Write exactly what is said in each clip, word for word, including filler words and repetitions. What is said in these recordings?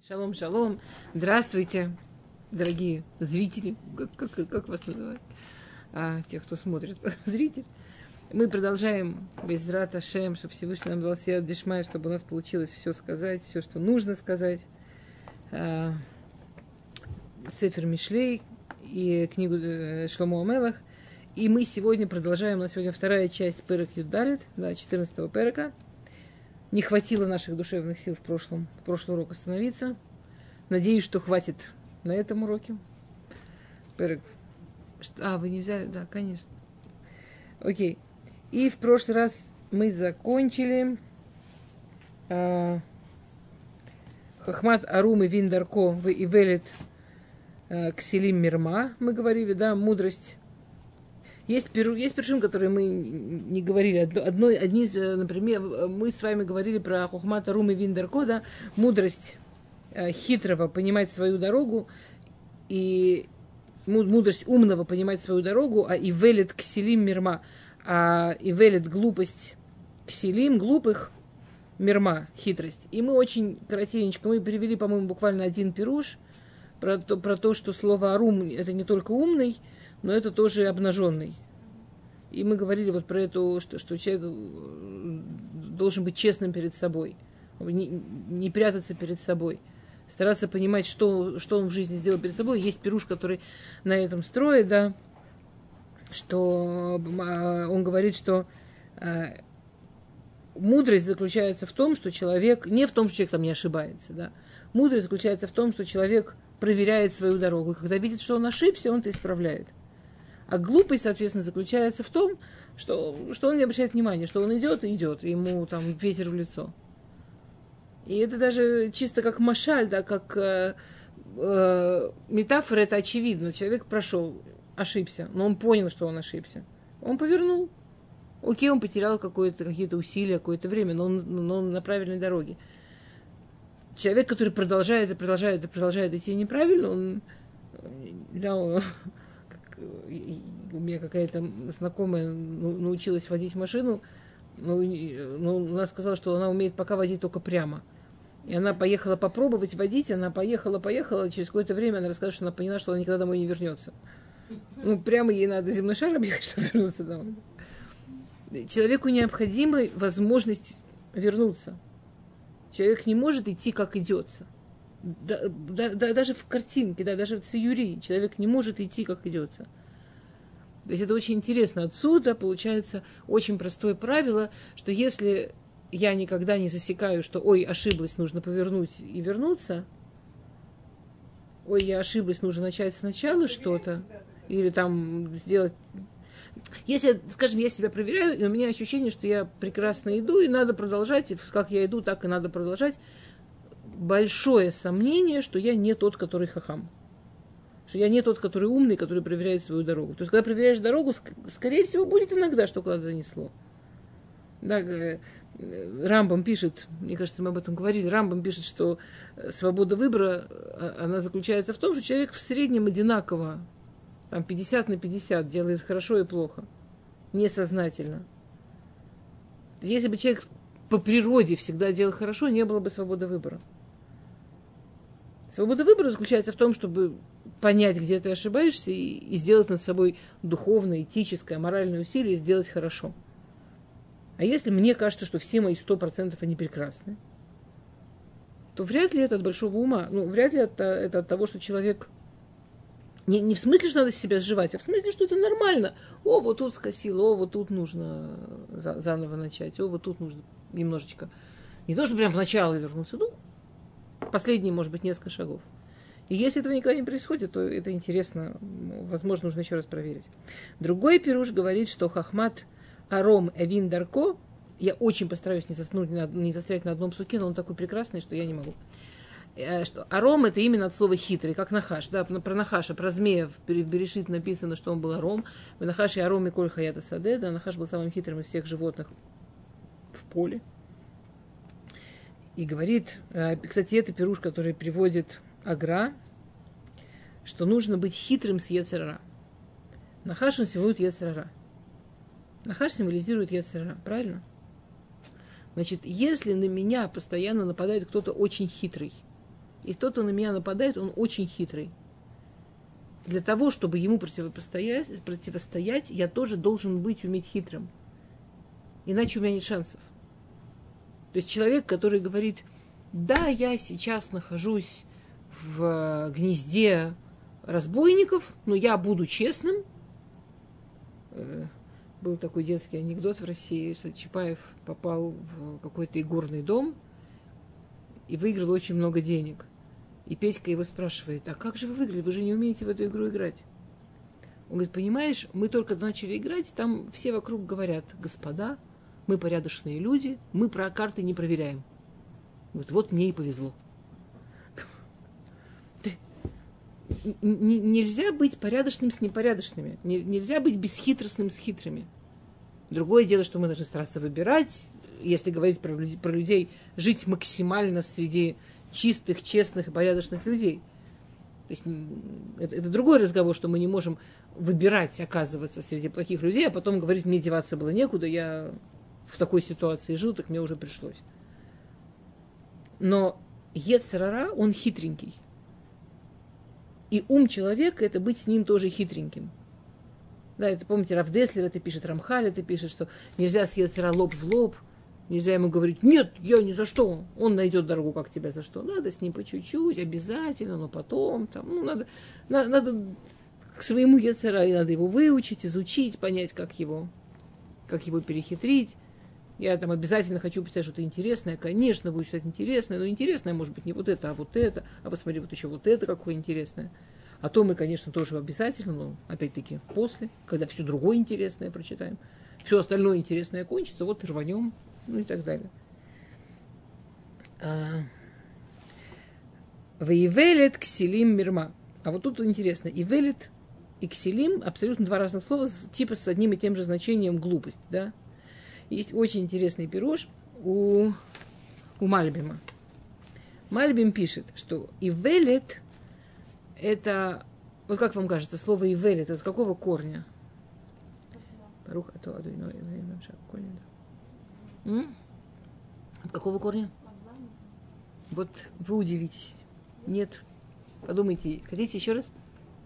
Шалом, шалом. Здравствуйте, дорогие зрители. Как, как, как вас называют? А, те, кто смотрит. Зритель. Мы продолжаем Безрат Ашем, чтобы Всевышний нам дал сиат дишмай, чтобы у нас получилось все сказать, все, что нужно сказать. А, Сефер Мишлей и книгу Шломо Амелах. И мы сегодня продолжаем, у нас сегодня вторая часть Перек Юдалит, да, четырнадцатого Перека. Не хватило наших душевных сил в прошлом, в прошлый урок остановиться. Надеюсь, что хватит на этом уроке. Перек. А, вы не взяли? Да, конечно. Окей. И в прошлый раз мы закончили а, Хахмат Арум и Виндарко в Ивелит а, Кселим Мирма. Мы говорили, да, мудрость. Есть, есть першим, которые мы не говорили. Одно, одни, например, мы с вами говорили про Хохмат Арум и Виндарко, да, мудрость э, хитрого понимать свою дорогу и мудрость умного понимать свою дорогу, а Ивелит Кселим Мирма, а Ивелит глупость Кселим, глупых Мирма, хитрость. И мы очень коротенько, мы перевели, по-моему, буквально один пируш про то, про то, что слово Арум это не только умный, но это тоже обнаженный. И мы говорили вот про это, что, что человек должен быть честным перед собой, не, не прятаться перед собой, стараться понимать, что, что он в жизни сделал перед собой. Есть пируш, который на этом строит, да, что он говорит, что э, мудрость заключается в том, что человек, не в том, что человек там не ошибается, да, мудрость заключается в том, что человек проверяет свою дорогу, и когда видит, что он ошибся, он это исправляет. А глупость, соответственно, заключается в том, что, что он не обращает внимания, что он идет и идет, и ему там ветер в лицо. И это даже чисто как машаль, да, как э, э, метафора, это очевидно. Человек прошел, ошибся, но он понял, что он ошибся. Он повернул. Окей, он потерял какое-то, какие-то усилия, какое-то время, но он, но он на правильной дороге. Человек, который продолжает и продолжает и продолжает идти неправильно, он... Да, у меня какая-то знакомая научилась водить машину, но, но она сказала, что она умеет пока водить только прямо. И она поехала попробовать водить, она поехала, поехала, через какое-то время она рассказала, что она поняла, что она никогда домой не вернется. Ну, прямо ей надо земной шар объехать, чтобы вернуться домой. Человеку необходима возможность вернуться. Человек не может идти, как идется. Да, да, да, даже в картинке, да, даже в циюри человек не может идти, как идется. То есть это очень интересно. Отсюда получается очень простое правило, что если я никогда не засекаю, что ой, ошиблась, нужно повернуть и вернуться, ой, я ошиблась, нужно начать сначала что-то, или там сделать... Если, скажем, я себя проверяю, и у меня ощущение, что я прекрасно иду, и надо продолжать, и как я иду, так и надо продолжать, большое сомнение, что я не тот, который хахам. Что я не тот, который умный, который проверяет свою дорогу. То есть, когда проверяешь дорогу, скорее всего, будет иногда, что куда-то занесло. Да, Рамбам пишет, мне кажется, мы об этом говорили, Рамбам пишет, что свобода выбора, она заключается в том, что человек в среднем одинаково, там пятьдесят на пятьдесят делает хорошо и плохо, несознательно. Если бы человек по природе всегда делал хорошо, не было бы свободы выбора. Свобода выбора заключается в том, чтобы понять, где ты ошибаешься, и, и сделать над собой духовное, этическое, моральное усилие, и сделать хорошо. А если мне кажется, что все мои сто процентов они прекрасны, то вряд ли это от большого ума. Ну, вряд ли это, это от того, что человек... Не, не в смысле, что надо себя сживать, а в смысле, что это нормально. О, вот тут скосило, о, вот тут нужно за, заново начать, о, вот тут нужно немножечко... Не то, что прям в начало вернуться, ну, последние, может быть, несколько шагов. И если этого никогда не происходит, то это интересно. Возможно, нужно еще раз проверить. Другой пируш говорит, что Хахмат Аром Эвин Дарко, я очень постараюсь не, заснуть, не застрять на одном суке, но он такой прекрасный, что я не могу. Что Аром это именно от слова хитрый, как Нахаш. Да, про Нахаша, про змея в Берешит написано, что он был Аром. В Нахаше Аром и Коль Хаята Саде. Да, Нахаш был самым хитрым из всех животных в поле. И говорит, кстати, это пируш, который приводит Агра, что нужно быть хитрым с Йецер ара. Нахаш он символизирует Йецер ара. Нахаш символизирует Йецер ара, правильно? Значит, если на меня постоянно нападает кто-то очень хитрый, Если тот, кто на меня нападает, он очень хитрый. Для того, чтобы ему противостоять, противостоять, я тоже должен быть, уметь хитрым. Иначе у меня нет шансов. То есть человек, который говорит, да, я сейчас нахожусь в гнезде разбойников, но я буду честным. Был такой детский анекдот в России, что Чапаев попал в какой-то игорный дом и выиграл очень много денег. И Петька его спрашивает, а как же вы выиграли? Вы же не умеете в эту игру играть. Он говорит, понимаешь, мы только начали играть, там все вокруг говорят, господа, мы порядочные люди, мы про карты не проверяем. Вот, вот мне и повезло. Нельзя быть порядочным с непорядочными. Нельзя быть бесхитростным с хитрыми. Другое дело, что мы должны стараться выбирать, если говорить про людей, про людей жить максимально среди чистых, честных и порядочных людей. То есть это, это другой разговор, что мы не можем выбирать, оказываться среди плохих людей, а потом говорить, мне деваться было некуда, я в такой ситуации жил, так мне уже пришлось. Но йецер ара, он хитренький. И ум человека – это быть с ним тоже хитреньким. Да, это, помните, Рав Деслер это пишет, Рамхаль это пишет, что нельзя с йецер ара лоб в лоб, нельзя ему говорить, нет, я ни за что. Он найдет дорогу, как тебя за что. Надо с ним по чуть-чуть, обязательно, но потом. Там, ну, надо, надо, надо к своему йецер ара, надо его выучить, изучить, понять, как его, как его перехитрить. Я там обязательно хочу писать что-то интересное. Конечно, будет что-то интересное, но интересное может быть не вот это, а вот это. А посмотри, вот еще вот это какое интересное. А то мы, конечно, тоже обязательно, но опять-таки после, когда все другое интересное прочитаем. Все остальное интересное кончится, вот и рванем, ну и так далее. Ваивелет ксилим мирма. А вот тут интересно. Ивелет и ксилим абсолютно два разных слова, типа с одним и тем же значением глупость, да? Есть очень интересный пируш у, у Мальбима. Мальбим пишет, что ивелет – это, вот как вам кажется, слово ивелет – это от какого корня? От какого корня? Вот вы удивитесь. Нет. Подумайте, хотите еще раз?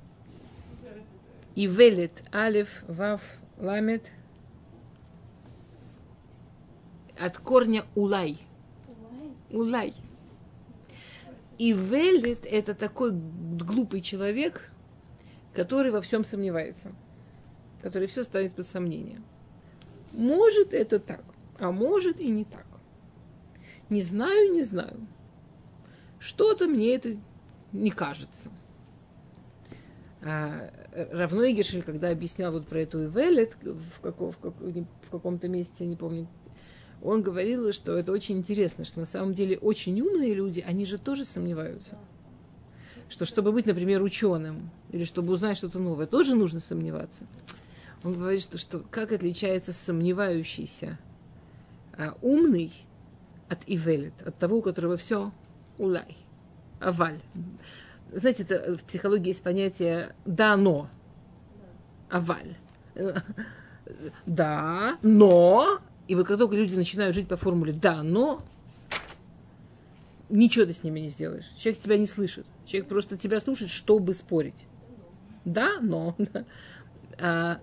Ивелет, алеф, вав, ламет – от корня улай. Улай. И велит – это такой глупый человек, который во всем сомневается, который все ставит под сомнение. Может это так, а может и не так. Не знаю, не знаю. Что-то мне это не кажется. А Равной Гешель, когда объяснял вот про эту Ивелет в, каком, в, каком, в каком-то месте, я не помню, он говорил, что это очень интересно, что на самом деле очень умные люди, они же тоже сомневаются. Что чтобы быть, например, ученым, или чтобы узнать что-то новое, тоже нужно сомневаться. Он говорит, что, что как отличается сомневающийся а, умный от ивелет, от того, у которого все улай, аваль. Знаете, это, в психологии есть понятие «да, но», аваль. Да, но... И вот как только люди начинают жить по формуле «да, но», ничего ты с ними не сделаешь. Человек тебя не слышит. Человек просто тебя слушает, чтобы спорить. Да, но. А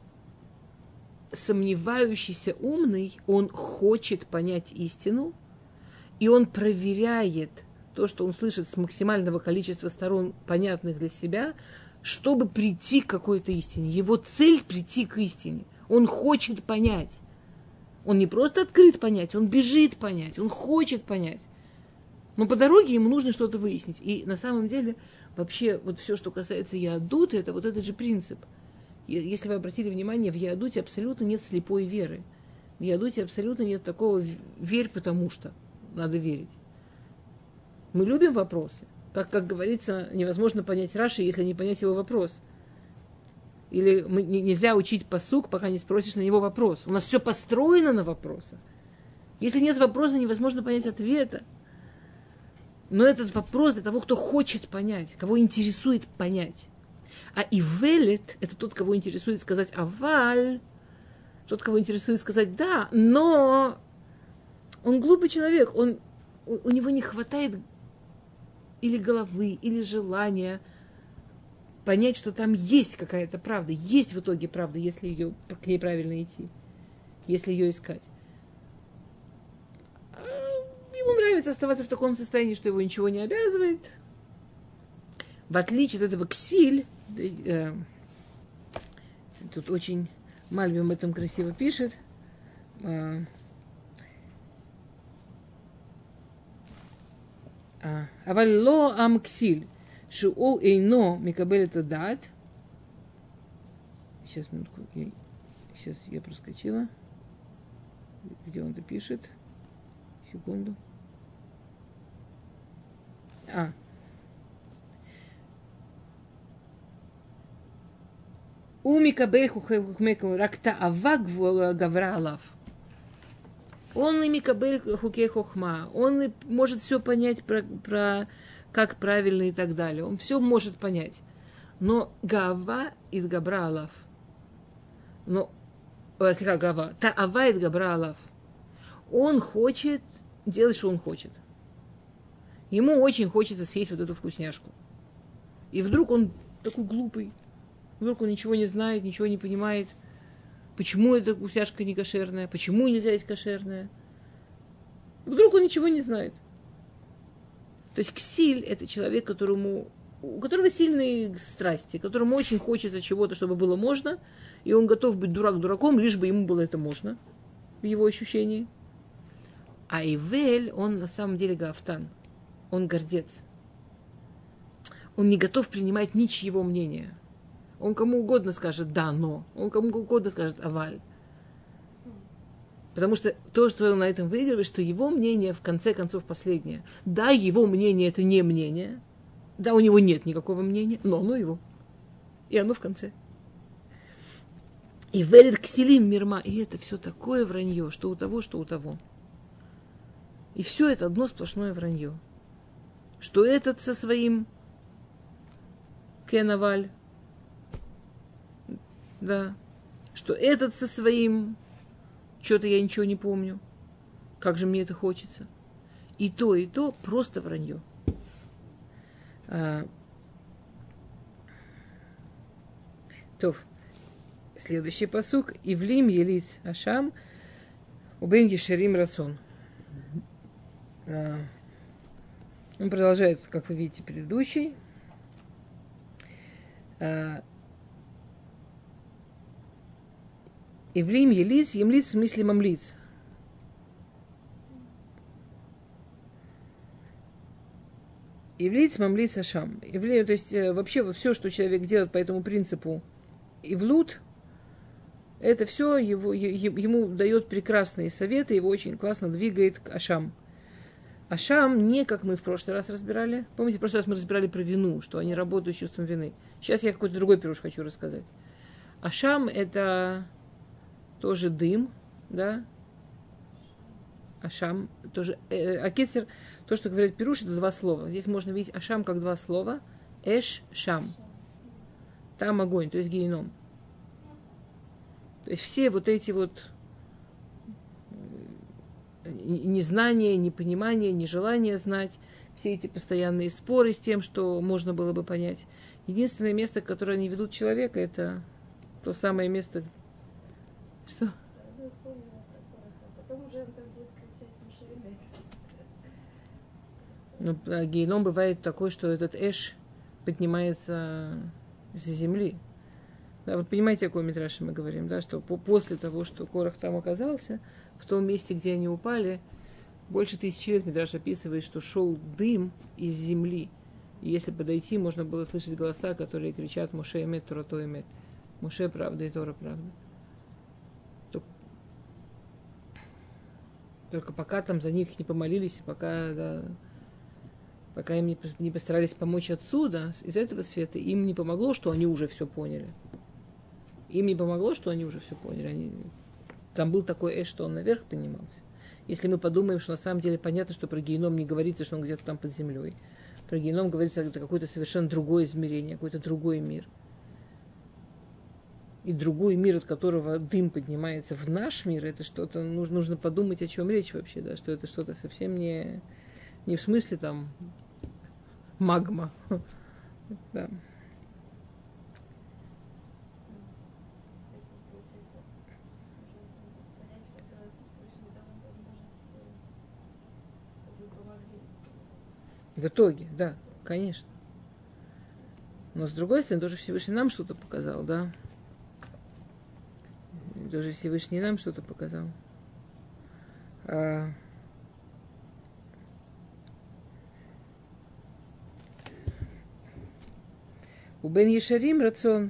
сомневающийся умный, он хочет понять истину, и он проверяет то, что он слышит с максимального количества сторон, понятных для себя, чтобы прийти к какой-то истине. Его цель – прийти к истине. Он хочет понять. Он не просто открыт понять, он бежит понять, он хочет понять. Но по дороге ему нужно что-то выяснить. И на самом деле вообще вот все, что касается Яадута, это вот этот же принцип. Если вы обратили внимание, в Яадуте абсолютно нет слепой веры. В Яадуте абсолютно нет такого «верь, потому что». Надо верить. Мы любим вопросы. Как, как говорится, невозможно понять Раши, если не понять его вопрос. Или мы, нельзя учить пасук, пока не спросишь на него вопрос. У нас все построено на вопросах. Если нет вопроса, невозможно понять ответа. Но этот вопрос для того, кто хочет понять, кого интересует понять. А ивелет – это тот, кого интересует сказать аваль, тот, кого интересует сказать да, но он глупый человек, он, у, у него не хватает или головы, или желания понять, что там есть какая-то правда, есть в итоге правда, если ее, к ней правильно идти, если ее искать. Ему нравится оставаться в таком состоянии, что его ничего не обязывает. В отличие от этого ксиль, э, тут очень Мальбим об этом красиво пишет, э, Авалло ам ксиль, шуу эйно микабель это дат. Сейчас, минутку, я, сейчас я проскочила. Где он это пишет? Секунду. А. У микабель хухмекам ракта аваг гавра алав. Он и микабель хуке хохма. Он и может все понять про, про как правильно и так далее. Он все может понять. Но гава из габра алав. Но, слегка гава. Та ава из габра алав. Он хочет делать, что он хочет. Ему очень хочется съесть вот эту вкусняшку. И вдруг он такой глупый. Вдруг он ничего не знает, ничего не понимает. Почему эта вкусняшка не кошерная? Почему нельзя есть кошерная? Вдруг он ничего не знает. То есть ксиль – это человек, которому, у которого сильные страсти, которому очень хочется чего-то, чтобы было можно, и он готов быть дурак дураком, лишь бы ему было это можно, в его ощущении. А Ивель, он на самом деле гафтан. Он гордец. Он не готов принимать ничьего мнения. Он кому угодно скажет «да, но». Он кому угодно скажет «аваль». Потому что то, что он на этом выигрывает, что его мнение в конце концов последнее. Да, его мнение – это не мнение. Да, у него нет никакого мнения, но оно его. И оно в конце. И верит ксилим мирма. И это все такое вранье, что у того, что у того. И все это одно сплошное вранье. Что этот со своим кенаваль, да, что этот со своим, что-то я ничего не помню, как же мне это хочется. И то, и то просто вранье. А, Тов. Следующий пасук. Ивлим елиц ашам убен ешерим рацон. А, он продолжает, как вы видите, предыдущий. А, Ивлим елиц, емлиц в смысле мамлиц. Ивлиц, мамлиц, ашам. Ивли, то есть вообще вот все, что человек делает по этому принципу ивлут, это все его, ему дает прекрасные советы, его очень классно двигает к ашам. Ашам не, как мы в прошлый раз разбирали. Помните, в прошлый раз мы разбирали про вину, что они работают с чувством вины. Сейчас я какой-то другой пируш хочу рассказать. Ашам – это тоже дым, да? Ашам тоже. Э, а кетер, то, что говорит пируш, это два слова. Здесь можно видеть ашам как два слова. Эш, шам. Там огонь, то есть геном. То есть все вот эти вот незнание, непонимание, нежелание знать, все эти постоянные споры с тем, что можно было бы понять. Единственное место, которое они ведут человека, это то самое место. Что? Ну, а геном бывает такой, что этот эш поднимается с земли. Да, вот понимаете, о какой мидраше мы говорим, да, что по- после того, что Корах там оказался, в том месте, где они упали, больше тысячи лет мидраш описывает, что шел дым из земли. И если подойти, можно было слышать голоса, которые кричат «Моше эмет, Тора то эмет». Моше правда и Тора правда. Только пока там за них не помолились, пока, да, пока им не, не постарались помочь отсюда, из этого света, им не помогло, что они уже все поняли. Им не помогло, что они уже все поняли. Они... Там был такой эш, что он наверх поднимался. Если мы подумаем, что на самом деле понятно, что про геном не говорится, что он где-то там под землей. Про геном говорится, что это какое-то совершенно другое измерение, какой-то другой мир. И другой мир, от которого дым поднимается в наш мир, это что-то, нужно, нужно подумать, о чем речь вообще, да, что это что-то совсем не, не в смысле там магма. Да. В итоге, да, конечно. Но с другой стороны, тоже Всевышний нам что-то показал, да. Тоже Всевышний нам что-то показал. А... У Бен Ешарим рацион.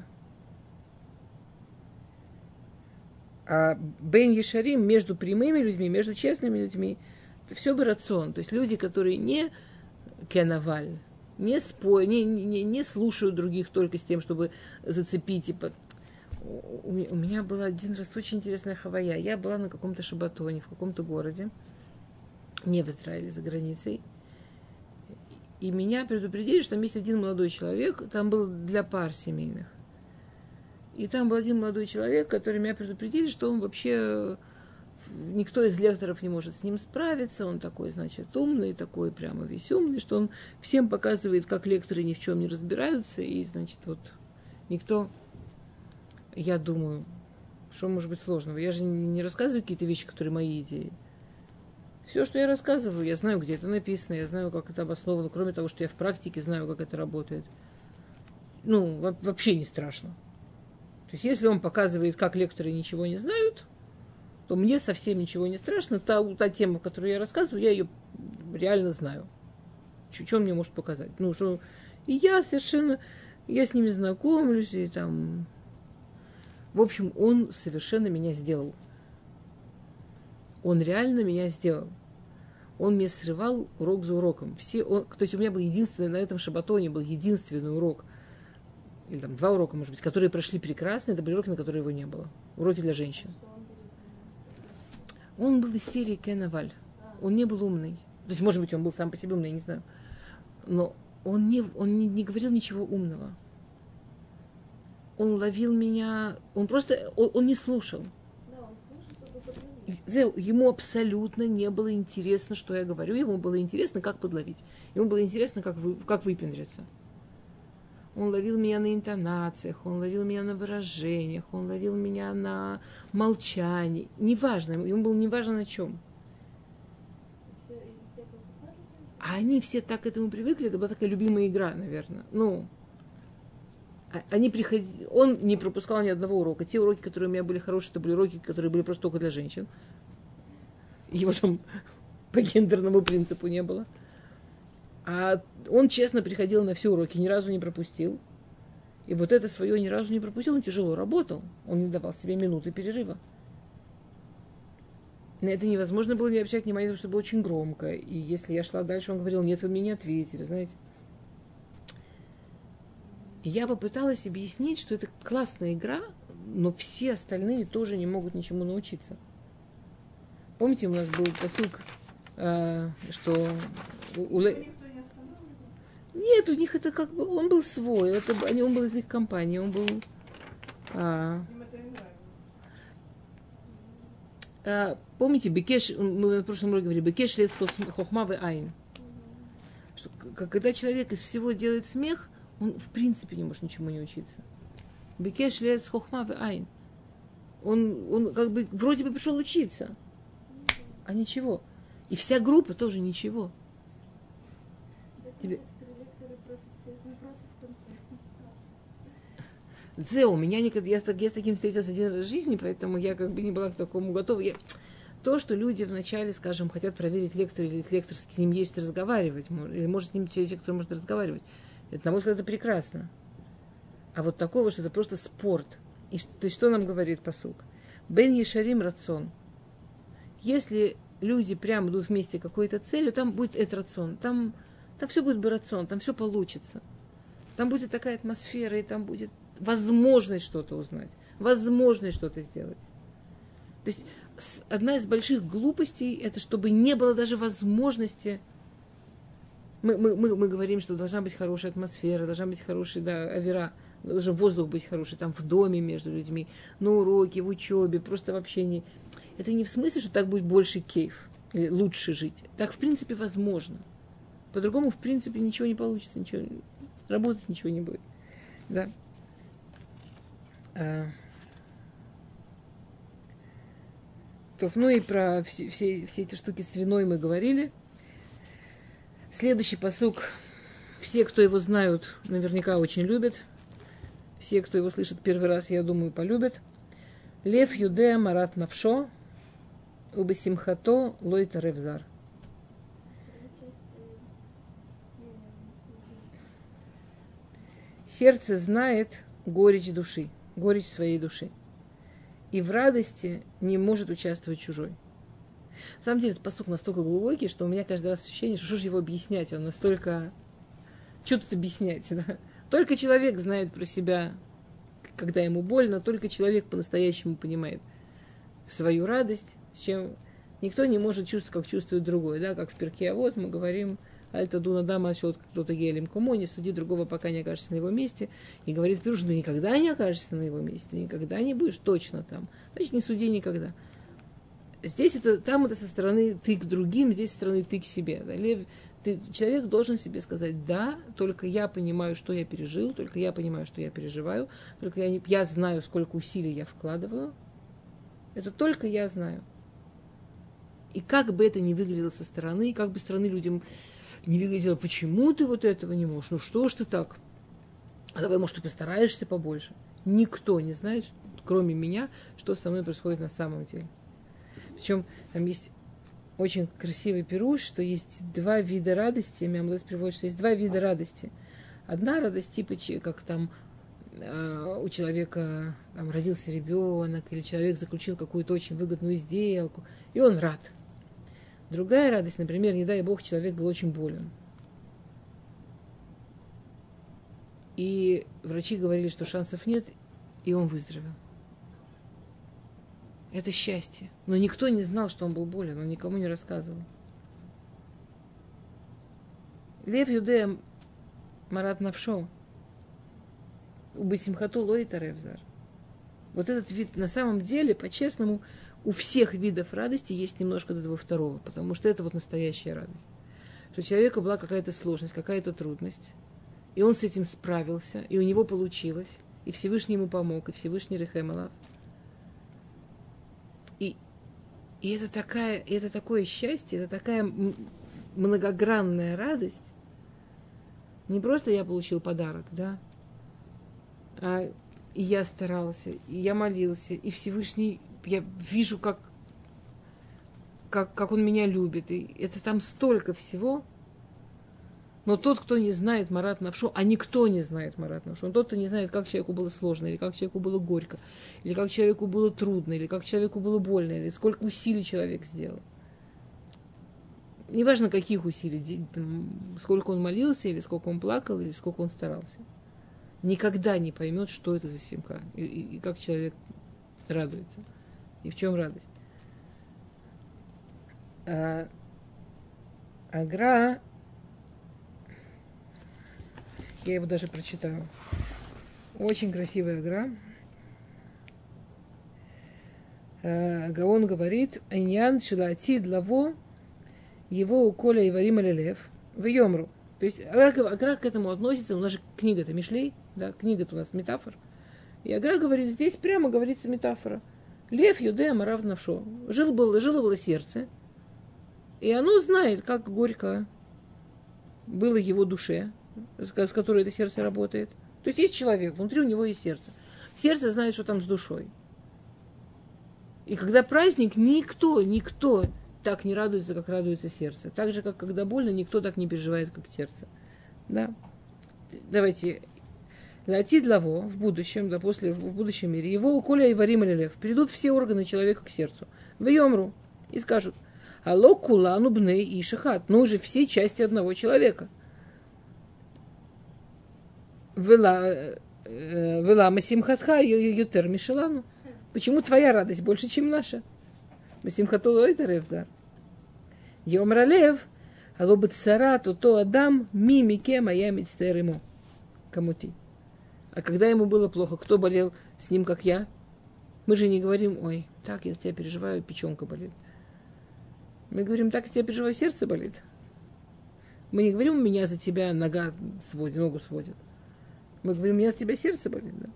А Бен Ешарим между прямыми людьми, между честными людьми, это все бы рацион. То есть люди, которые не кенаваль, не, спо, не, не, не слушают других только с тем, чтобы зацепить. Типа. У, у меня была один раз очень интересная хавая. Я была на каком-то шабатоне в каком-то городе, не в Израиле, за границей. И меня предупредили, что там есть один молодой человек, там был для пар семейных. И там был один молодой человек, который меня предупредили, что он вообще, никто из лекторов не может с ним справиться, он такой, значит, умный, такой прямо весь умный, что он всем показывает, как лекторы ни в чем не разбираются, и, значит, вот никто, я думаю, что может быть сложного. Я же не рассказываю какие-то вещи, которые мои идеи. Все, что я рассказываю, я знаю, где это написано, я знаю, как это обосновано, кроме того, что я в практике знаю, как это работает. Ну, вообще не страшно. То есть, если он показывает, как лекторы ничего не знают, то мне совсем ничего не страшно. Та, та тема, которую я рассказываю, я ее реально знаю. Что он мне может показать? Ну, что... И я совершенно... Я с ними знакомлюсь, и там... В общем, он совершенно меня сделал. Он реально меня сделал. Он мне срывал урок за уроком. Все, он, то есть у меня был единственный, на этом шабатоне был единственный урок, или там два урока, может быть, которые прошли прекрасно, это были уроки, на которые его не было. Уроки для женщин. Он был из серии Кенаваль. Он не был умный. То есть, может быть, он был сам по себе умный, я не знаю. Но он не, он не, не говорил ничего умного. Он ловил меня... Он просто... Он, он не слушал. Ему абсолютно не было интересно, что я говорю. Ему было интересно, как подловить. Ему было интересно, как, вы, как выпендриться. Он ловил меня на интонациях, он ловил меня на выражениях, он ловил меня на молчании. Неважно, ему было неважно на чем. А они все так к этому привыкли, это была такая любимая игра, наверное. Ну, они приходили, он не пропускал ни одного урока. Те уроки, которые у меня были хорошие, это были уроки, которые были просто только для женщин. Его там по гендерному принципу не было. А он честно приходил на все уроки, ни разу не пропустил. И вот это свое ни разу не пропустил, он тяжело работал. Он не давал себе минуты перерыва. На это невозможно было не обращать внимания, потому что было очень громко. И если я шла дальше, он говорил, нет, вы мне не ответили, знаете. И я попыталась объяснить, что это классная игра, но все остальные тоже не могут ничему научиться. Помните, у нас был посылка, э, что... У, у... Нет, у них это как бы... Он был свой, это, он был из их компании, он был... А, а, помните, Бекеш, мы на прошлом уроке говорили, Бекеш лец хохма ве айн. Что, когда человек из всего делает смех, он в принципе не может ничему не учиться. Бекеш лец хохма ве айн. Он, он как бы вроде бы пришел учиться, а ничего. И вся группа тоже ничего. Тебе... Дзе, у меня никогда... Я, я с таким встретилась один раз в жизни, поэтому я как бы не была к такому готова. Я... То, что люди вначале, скажем, хотят проверить лектора, или лектор с ним есть разговаривать, или может с ним человек, который может разговаривать, это, на мой взгляд, это прекрасно. А вот такого, что это просто спорт. И, то есть, что нам говорит посылка? Бен Ешарим рацион. Если люди прямо идут вместе к какой-то целью, там будет этот рацион. Там, там все будет барацион, там все получится. Там будет такая атмосфера, и там будет возможность что-то узнать, возможность что-то сделать. То есть одна из больших глупостей, это чтобы не было даже возможности. Мы, мы, мы, мы говорим, что должна быть хорошая атмосфера, должна быть хорошая, да, авера, должен воздух быть хороший, там в доме между людьми, на уроке, в учебе, просто в общении. Это не в смысле, что так будет больше кейф, или лучше жить. Так, в принципе, возможно. По-другому, в принципе, ничего не получится, ничего, работать ничего не будет. Да. А, то, ну и про все, все, все эти штуки с виной мы говорили. Следующий пасук. Все, кто его знают, наверняка очень любят. Все, кто его слышит первый раз, я думаю, полюбят. Лев юдея марат навшо, убесимхато лойта ревзар. Сердце знает горечь души, горечь своей души. И в радости не может участвовать чужой. На самом деле, этот пасук настолько глубокий, что у меня каждый раз ощущение, что что же его объяснять? Он настолько... Что тут объяснять? Да? Только человек знает про себя, когда ему больно, только человек по-настоящему понимает свою радость, с чем никто не может чувствовать, как чувствует другой. Да? Как в перке, а вот мы говорим... Альта дуна дама счет кто-то гелем кому, не суди другого, пока не окажешься на его месте. И говорит Пируш, да никогда не окажешься на его месте, никогда не будешь точно там. Значит, не суди никогда. Здесь это, там это со стороны ты к другим, здесь со стороны ты к себе. Да? Лев, ты, человек должен себе сказать, да, только я понимаю, что я пережил, только я понимаю, что я переживаю, только я, не, я знаю, сколько усилий я вкладываю. Это только я знаю. И как бы это ни выглядело со стороны, как бы стороны людям не выглядело, почему ты вот этого не можешь, ну что ж ты так? А давай, может, ты постараешься побольше. Никто не знает, кроме меня, что со мной происходит на самом деле. Причем там есть очень красивый пируш, что есть два вида радости. Мямлес приводит, что есть два вида радости. Одна радость, типа, как там э, у человека там, родился ребенок, или человек заключил какую-то очень выгодную сделку, и он рад. Другая радость, например, не дай бог, человек был очень болен. И врачи говорили, что шансов нет, и он выздоровел. Это счастье. Но никто не знал, что он был болен, он никому не рассказывал. Лев юдея марат навшо, убесимхату лойта ревзар. Вот этот вид, на самом деле, по-честному, у всех видов радости есть немножко этого второго, потому что это вот настоящая радость. Что у человека была какая-то сложность, какая-то трудность, и он с этим справился, и у него получилось, и Всевышний ему помог, и Всевышний рехем алав. И, и это, такая, и это такое счастье, это такая многогранная радость. Не просто я получил подарок, да, а и я старался, и я молился, и Всевышний... Я вижу, как, как, как он меня любит. И это там столько всего. Но тот, кто не знает марат навшо, а никто не знает марат навшо, тот, кто не знает, как человеку было сложно, или как человеку было горько, или как человеку было трудно, или как человеку было больно, или сколько усилий человек сделал. Неважно, каких усилий, сколько он молился, или сколько он плакал, или сколько он старался. Никогда не поймет, что это за симха, и, и, и как человек радуется. И в чем радость? А, Агра, я его даже прочитаю. Очень красивая Агра. А, Гаон говорит, Аньян шилати длаво его у коля и варима лелев в йомру. То есть Агра, Агра к этому относится, у нас же книга-то Мишлей, да, книга-то у нас метафор. И Агра говорит, здесь прямо говорится метафора. Лев юдея марат навшо. Жило было, жило было сердце, и оно знает, как горько было его душе, с которой это сердце работает. То есть есть человек, внутри у него есть сердце. Сердце знает, что там с душой. И когда праздник, никто, никто так не радуется, как радуется сердце. Так же, как когда больно, никто так не переживает, как сердце. Да? Давайте... Латид лаво в будущем, да, после, в будущем мире, его у коля и варим лев, придут все органы человека к сердцу, в йомру, и скажут, алло кулану бней и шахат, ну уже все части одного человека. Вела масимхатха ютер мишелану. Почему твоя радость больше, чем наша? Масимхату лойта ревзар. Йомра лев, алло бацара, то то адам, мимике моя мецтер ему. Кому-ти. А когда ему было плохо, кто болел с ним, как я? Мы же не говорим, ой, так, я за тебя переживаю, печенка болит. Мы говорим, так, я за тебя переживаю, сердце болит. Мы не говорим, у меня за тебя нога сводит, ногу сводит. Мы говорим, у меня за тебя сердце болит, да?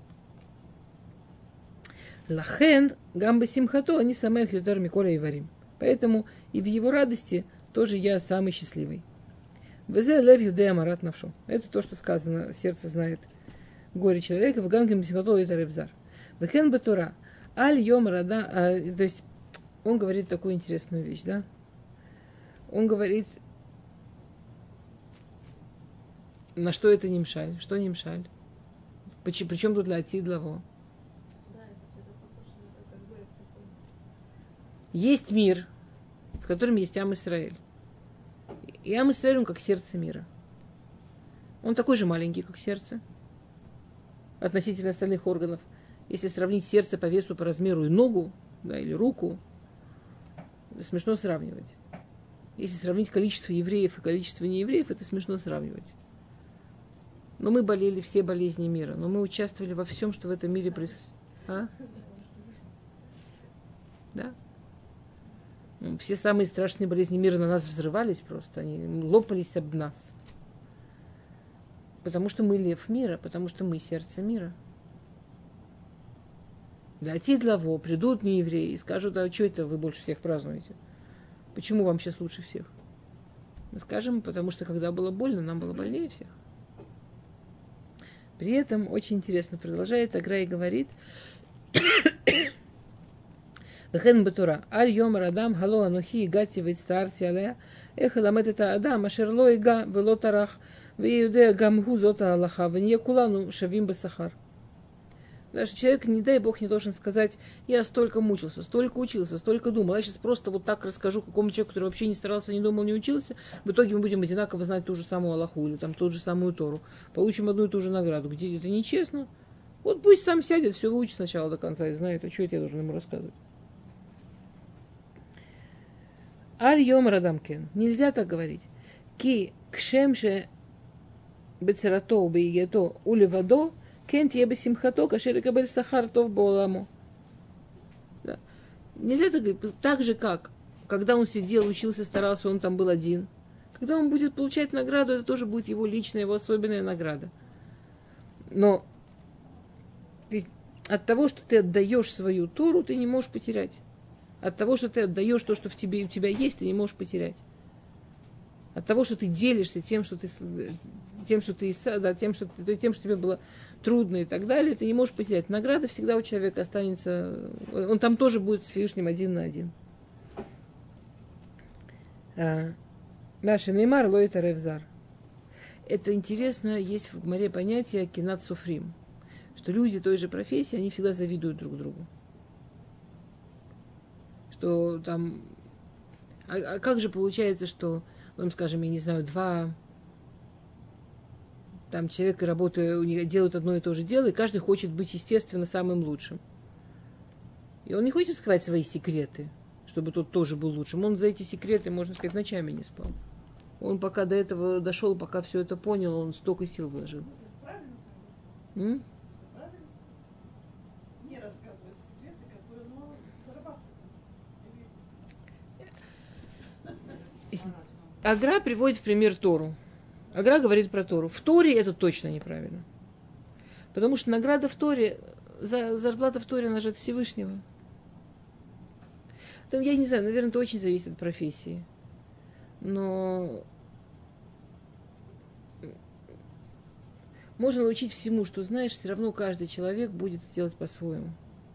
Лахен, гамба симхато, они самых ютар миколя и варим. Поэтому и в его радости тоже я самый счастливый. Везе лев юдея марат навшо. Это то, что сказано, сердце знает горе человека. В гангам симхато это ревзар. Вехен батура. Аль йом рада. А, то есть он говорит такую интересную вещь, да? Он говорит, на что это нимшаль? Что нимшаль? Причем тут лати длаво? Есть мир, в котором есть Ам Исраэль. И Ам Исраэль, он как сердце мира. Он такой же маленький, как сердце. Относительно остальных органов. Если сравнить сердце по весу, по размеру и ногу, да, или руку, смешно сравнивать. Если сравнить количество евреев и количество неевреев, это смешно сравнивать. Но мы болели все болезни мира. Но мы участвовали во всем, что в этом мире происходит. А? Да? Все самые страшные болезни мира на нас взрывались просто. Они лопались об нас. Потому что мы лев мира, потому что мы сердце мира. Для Тидлаво придут неевреи и скажут, а что это вы больше всех празднуете? Почему вам сейчас лучше всех? Мы скажем, потому что когда было больно, нам было больнее всех. При этом очень интересно продолжает Агра и говорит, Вехен батура, аль йомар адам, хало анухи, игати вейцтаарти алея, эх ламет это адам, ашер ло ига, вело тарах, веюде гамгу зота аллаха, венье кулану шавим бесахар. Даже человек, не дай Бог, не должен сказать, я столько мучился, столько учился, столько думал. Я сейчас просто вот так расскажу какому человеку, который вообще не старался, не думал, не учился. В итоге мы будем одинаково знать ту же самую Аллаху или там ту же самую Тору. Получим одну и ту же награду. Где это нечестно? Вот пусть сам сядет, все выучит сначала до конца и знает, а что это я должен ему рассказывать. Аль йом радамкен. Нельзя так говорить. Ки кшемше бецерато бейгето уливадо Кент ебе симхато, кашер кабель сахар тов боламо. Нельзя так говорить. Так же, как, когда он сидел, учился, старался, он там был один. Когда он будет получать награду, это тоже будет его личная, его особенная награда. Но ты, от того, что ты отдаешь свою Тору, ты не можешь потерять. От того, что ты отдаешь то, что в тебе, у тебя есть, ты не можешь потерять. От того, что ты делишься тем, что ты, тем, что ты, да, тем, что, тем, что тебе было трудно и так далее, ты не можешь потерять. Награда всегда у человека останется, он там тоже будет с Всевышним один на один. Наше Неймар Лоита Ревзар. Это интересно, есть в Гмаре понятие кинат суфрим, что люди той же профессии, они всегда завидуют друг другу. Что там, а, а как же получается, что, ну, скажем, я не знаю, два там человека работают, делают одно и то же дело, и каждый хочет быть, естественно, самым лучшим. И он не хочет скрывать свои секреты, чтобы тот тоже был лучшим. Он за эти секреты, можно сказать, ночами не спал. Он пока до этого дошел, пока все это понял, он столько сил вложил. Это правильно? М? Это правильно? Не рассказывать секреты, которые, ну, зарабатывают. Или... Агра приводит в пример Тору. Агра говорит про Тору. В Торе это точно неправильно. Потому что награда в Торе, за, зарплата в Торе, она же от Всевышнего. Там, я не знаю, наверное, это очень зависит от профессии. Но можно научить всему, что знаешь, все равно каждый человек будет это делать по-своему.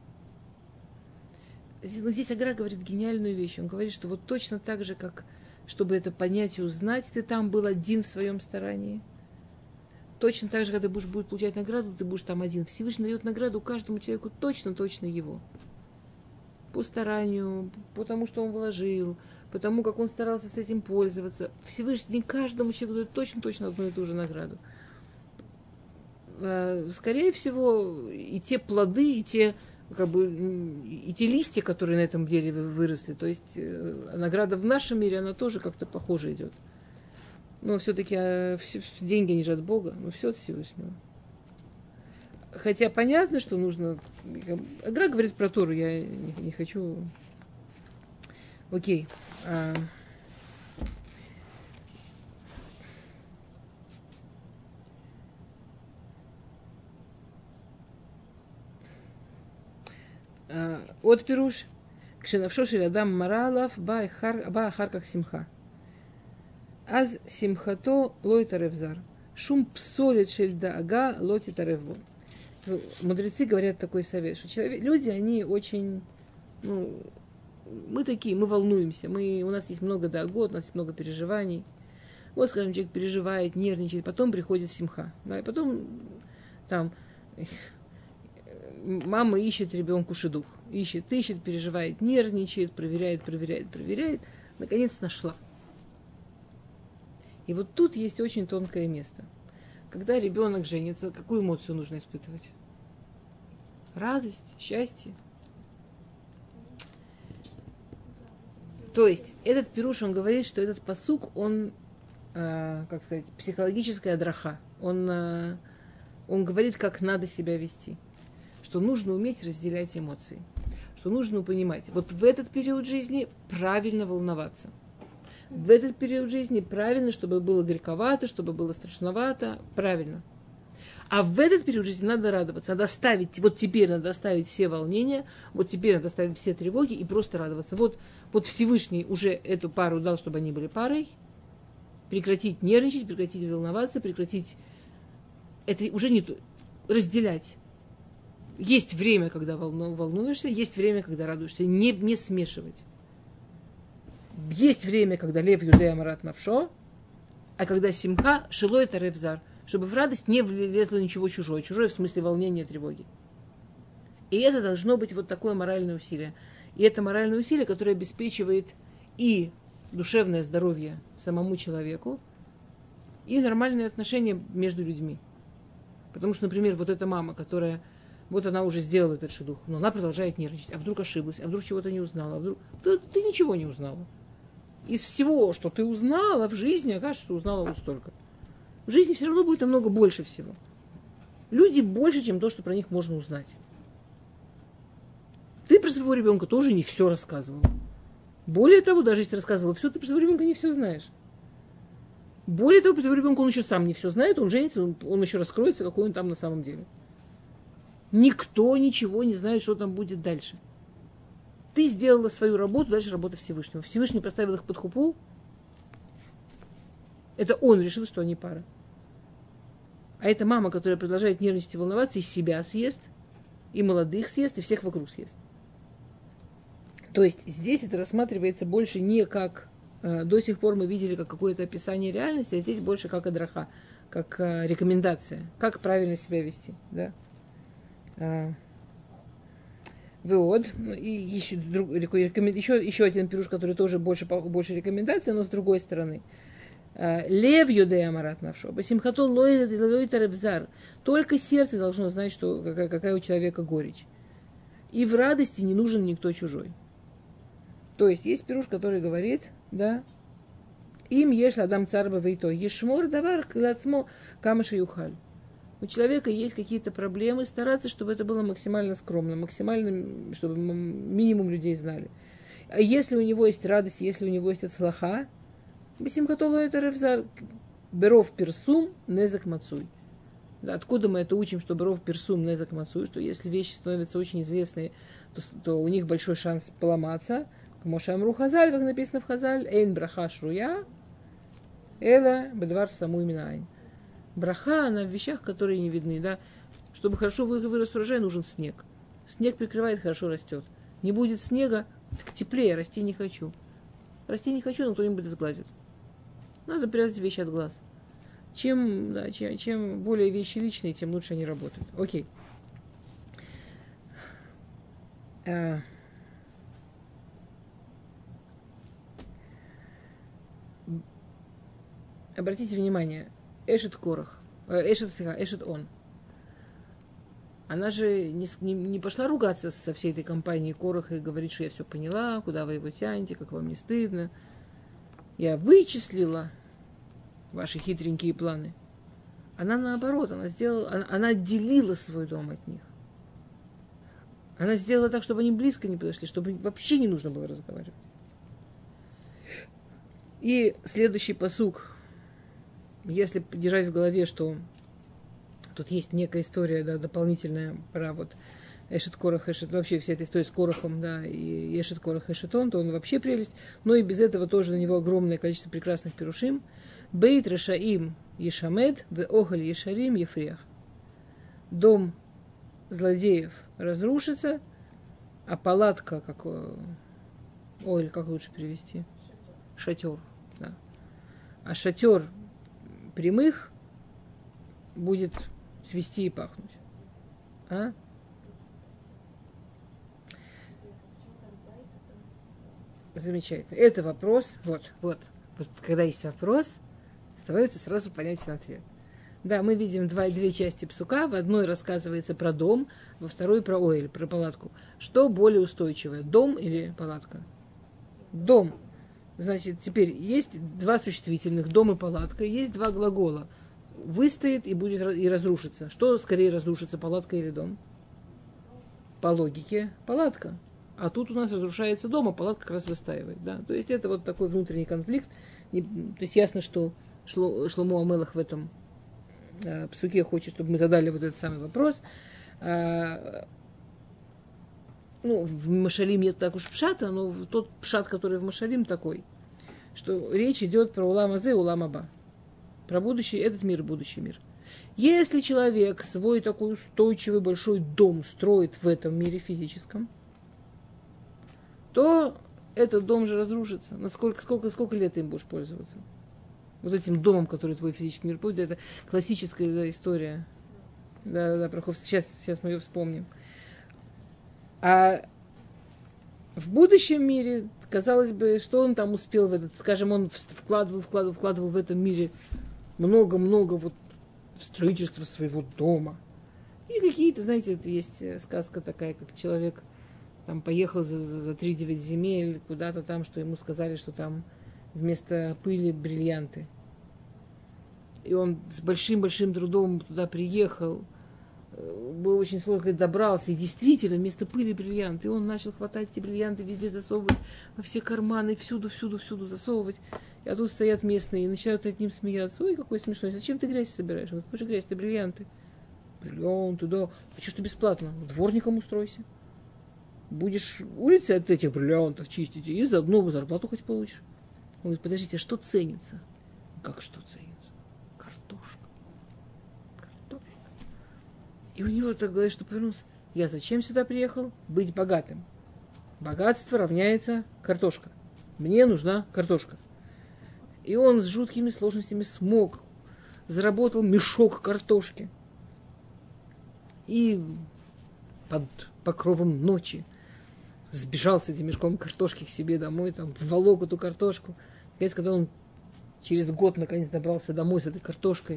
Но здесь Агра говорит гениальную вещь. Он говорит, что вот точно так же, как чтобы это понять и узнать, ты там был один в своем старании. Точно так же, когда ты будешь, будешь получать награду, ты будешь там один. Всевышний дает награду каждому человеку точно-точно его. По старанию, потому что он вложил, потому как он старался с этим пользоваться. Всевышний каждому человеку дает точно-точно одну и ту же награду. Скорее всего, и те плоды, и те, как бы, и те листья, которые на этом дереве выросли, то есть награда в нашем мире, она тоже как-то похоже идет. Но все-таки деньги, они же от Бога, но все от Всевышнего. Хотя понятно, что нужно... Агра говорит про Тору, я не, не хочу... Окей. А... От пируш. Кшенавшоши рядам маралав ба ахар как симха. Аз симхато лойта ревзар. Шум псолит шельда ага лотита ревбо. Мудрецы говорят такой совет, что человек, люди, они очень, ну, мы такие, мы волнуемся, мы, у нас есть много дагот, у нас есть много переживаний. Вот, скажем, человек переживает, нервничает, потом приходит симха, да, и потом там мама ищет ребенку шедух, ищет, ищет, переживает, нервничает, проверяет, проверяет, проверяет, наконец нашла. И вот тут есть очень тонкое место. Когда ребенок женится, какую эмоцию нужно испытывать? Радость, счастье. То есть этот пируш, он говорит, что этот пасук, он, э, как сказать, психологическая драха. Он, э, он говорит, как надо себя вести. Что нужно уметь разделять эмоции. Что нужно понимать, вот в этот период жизни правильно волноваться. В этот период жизни правильно, чтобы было горьковато, чтобы было страшновато, правильно. А в этот период жизни надо радоваться, надо оставить, вот теперь надо оставить все волнения, вот теперь надо оставить все тревоги и просто радоваться. Вот, вот Всевышний уже эту пару дал, чтобы они были парой, прекратить нервничать, прекратить волноваться, прекратить, это уже не то, разделять. Есть время, когда волну, волнуешься, есть время, когда радуешься, не, не смешивать. Есть время, когда лев юдея марат навшо, а когда симха шилой это ревзар, чтобы в радость не влезло ничего чужое. Чужое в смысле волнения, тревоги. И это должно быть вот такое моральное усилие. И это моральное усилие, которое обеспечивает и душевное здоровье самому человеку, и нормальные отношения между людьми. Потому что, например, вот эта мама, которая, вот она уже сделала этот шедух, но она продолжает нервничать. А вдруг ошиблась, а вдруг чего-то не узнала, а вдруг... Ты, ты ничего не узнала. Из всего, что ты узнала в жизни, окажется, что узнала вот столько. В жизни все равно будет намного больше всего. Люди больше, чем то, что про них можно узнать. Ты про своего ребенка тоже не все рассказывала. Более того, даже если рассказывала все, ты про своего ребенка не все знаешь. Более того, про своего ребенка он еще сам не все знает, он женится, он, он еще раскроется, какой он там на самом деле. Никто ничего не знает, что там будет дальше. Ты сделала свою работу, дальше работа Всевышнего. Всевышний поставил их под хупу. Это он решил, что они пара. А это мама, которая продолжает нервничать и волноваться, и себя съест, и молодых съест, и всех вокруг съест. То есть здесь это рассматривается больше не как э, до сих пор мы видели как какое-то описание реальности, а здесь больше как адраха, как э, рекомендация, как правильно себя вести. Да? А, Вот. И еще, еще, еще один пируш, который тоже больше, больше рекомендаций, но с другой стороны. Лев юдея марат навшо. Басимхато лойта ревзар. Только сердце должно знать, что, какая, какая у человека горечь. И в радости не нужен никто чужой. То есть есть пируш, который говорит, да, им ешь ладам царба вейто, ешмор давар клацмо камаши юхаль. У человека есть какие-то проблемы, стараться, чтобы это было максимально скромно, максимально, чтобы минимум людей знали. А если у него есть радость, если у него есть ацлаха, бисимхатолу это ревзар, беров персум, незак мацуй. Да, откуда мы это учим, что беров персум, незак мацуй, что если вещи становятся очень известные, то, то у них большой шанс поломаться. Кмошамру хазаль, как написано в хазаль, эйн браха шруя, эла бедвар саму минайн. Браха, она в вещах, которые не видны, да. Чтобы хорошо вырос урожай, нужен снег. Снег прикрывает, хорошо растет. Не будет снега, так теплее, расти не хочу. Расти не хочу, но кто-нибудь сглазит. Надо прятать вещи от глаз. Чем, да, чем, чем более вещи личные, тем лучше они работают. Окей. А... Обратите внимание, Эшет Корах, Эшет Сиха, Эшет Он. Она же не, не, не пошла ругаться со всей этой компанией Кораха и говорить, что я все поняла, куда вы его тянете, как вам не стыдно. Я вычислила ваши хитренькие планы. Она наоборот, она сделала, она, она отделила свой дом от них. Она сделала так, чтобы они близко не подошли, чтобы вообще не нужно было разговаривать. И следующий пасук, если держать в голове, что тут есть некая история, да, дополнительная про вот Эшет Корах, Эшет, вообще вся эта история с Корахом, да, и Эшет Корах, Эшетон, то он вообще прелесть. Но и без этого тоже на него огромное количество прекрасных пирушим. Бейт Рашаим Ешамед, Ве Охаль Ешарим Ефрех. Дом злодеев разрушится, а палатка, как... Ой, как лучше перевести? Шатер, да. А шатер прямых будет цвести и пахнуть. А? Замечательно. Это вопрос. Вот, вот. Вот когда есть вопрос, становится сразу понятен ответ. Да, мы видим два, две части псука. В одной рассказывается про дом, во второй про оэль, про палатку. Что более устойчивое, дом или палатка? Дом. Значит, теперь есть два существительных, дом и палатка. Есть два глагола. Выстоит и будет и разрушится. Что скорее разрушится, палатка или дом? По логике, палатка. А тут у нас разрушается дом, а палатка как раз выстаивает. Да? То есть это вот такой внутренний конфликт. То есть ясно, что Шло, Шломо Амелах в этом э, псуке хочет, чтобы мы задали вот этот самый вопрос. А, ну, в Машалим нет так уж пшата, но тот пшат, который в Машалим, такой, что речь идет про улам азе, улам аба. Про будущий, этот мир и будущий мир. Если человек свой такой устойчивый большой дом строит в этом мире физическом, то этот дом же разрушится. Насколько, сколько, сколько лет ты им будешь пользоваться? Вот этим домом, который твой физический мир будет, это классическая да, история. Да, да, Прохов. Сейчас, сейчас мы ее вспомним. А в будущем мире, казалось бы, что он там успел в этот, скажем, он вкладывал, вкладывал, вкладывал в этом мире много-много вот в строительство своего дома. И какие-то, знаете, это есть сказка такая, как человек там поехал за, за, за три девять земель куда-то там, что ему сказали, что там вместо пыли бриллианты. И он с большим-большим трудом туда приехал, было очень сложно, добрался, и действительно вместо пыли бриллианты. И он начал хватать эти бриллианты, везде засовывать, во все карманы, всюду, всюду, всюду засовывать. А тут стоят местные и начинают над ним смеяться. Ой, какой смешной, зачем ты грязь собираешь? Какой же грязь, ты бриллианты. Бриллианты, да. Почему что бесплатно? Дворником устройся. Будешь улицы от этих бриллиантов чистить, и заодно зарплату хоть получишь. Он говорит, подождите, а что ценится? Как что ценится? Картошка. Картошка. И у него так говорит, что повернулся. Я зачем сюда приехал? Быть богатым. Богатство равняется картошка. Мне нужна картошка. И он с жуткими сложностями смог. Заработал мешок картошки. И под покровом ночи сбежал с этим мешком картошки к себе домой, там, волок эту картошку. Наконец, когда он через год наконец добрался домой с этой картошкой,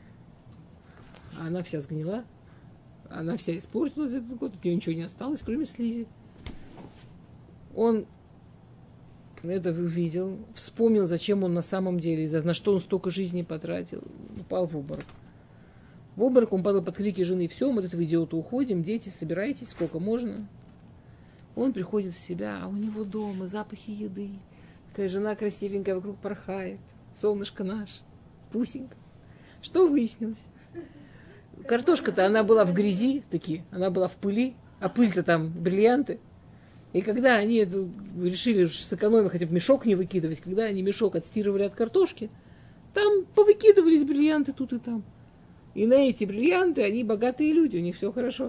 а она вся сгнила, она вся испортилась за этот год, от нее ничего не осталось, кроме слизи. Он это увидел, вспомнил, зачем он на самом деле, на что он столько жизни потратил, упал в обморок. В обморок он падал под крики жены, все, мы от этого идиота уходим, дети, собирайтесь, сколько можно. Он приходит в себя, а у него дома запахи еды. Такая жена красивенькая вокруг порхает. Солнышко наш, пусенька. Что выяснилось? Картошка-то, она была в грязи, таки, она была в пыли, а пыль-то там бриллианты. И когда они это, решили сэкономить, хотя бы мешок не выкидывать, когда они мешок отстирывали от картошки, там повыкидывались бриллианты тут и там. И на эти бриллианты они богатые люди, у них все хорошо.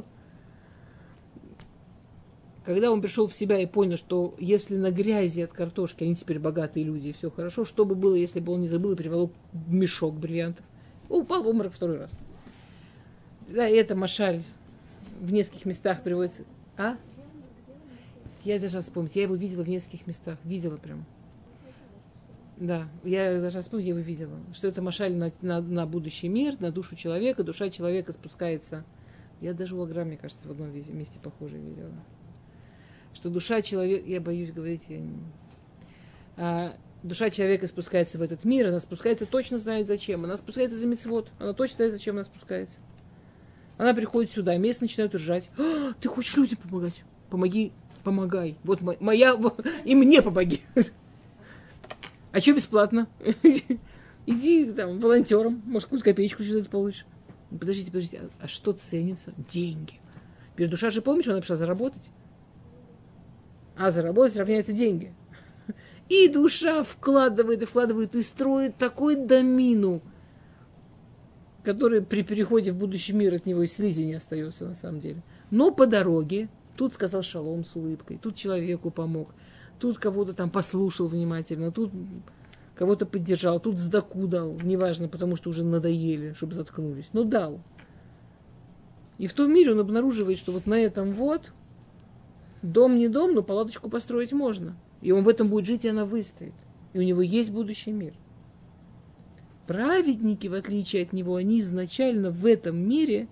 Когда он пришел в себя и понял, что если на грязи от картошки они теперь богатые люди, и все хорошо, что бы было, если бы он не забыл и приволок мешок бриллиантов? Он упал в обморок второй раз. Да, и это машаль в нескольких местах приводится. А? Я должна вспомнить, я его видела в нескольких местах. Видела прям. Да, я должна вспомнить, я его видела. Что это машаль на, на, на будущий мир, на душу человека. Душа человека спускается. Я даже у Агра, мне кажется, в одном месте похожее видела. Что душа человека, я боюсь говорить, я не... а, душа человека спускается в этот мир, она спускается, точно знает зачем. Она спускается за мицвот, она точно знает, зачем она спускается. Она приходит сюда, и местные начинают ржать. А, ты хочешь людям помогать? Помоги, помогай. Вот моя, и мне помоги. А что бесплатно? Иди там волонтером, может, какую-то копеечку что-то получишь. Подождите, подождите, а, а что ценится? Деньги. Теперь душа же, помнишь, она пришла заработать. А заработать равняется деньги. И душа вкладывает, и вкладывает, и строит такой домину, который при переходе в будущий мир от него и слизи не остается на самом деле. Но по дороге тут сказал шалом с улыбкой, тут человеку помог, тут кого-то там послушал внимательно, тут кого-то поддержал, тут сдаку дал, неважно, потому что уже надоели, чтобы заткнулись, но дал. И в том мире он обнаруживает, что вот на этом вот дом не дом, но палаточку построить можно. И он в этом будет жить, и она выстоит. И у него есть будущий мир. Праведники, в отличие от него, они изначально в этом мире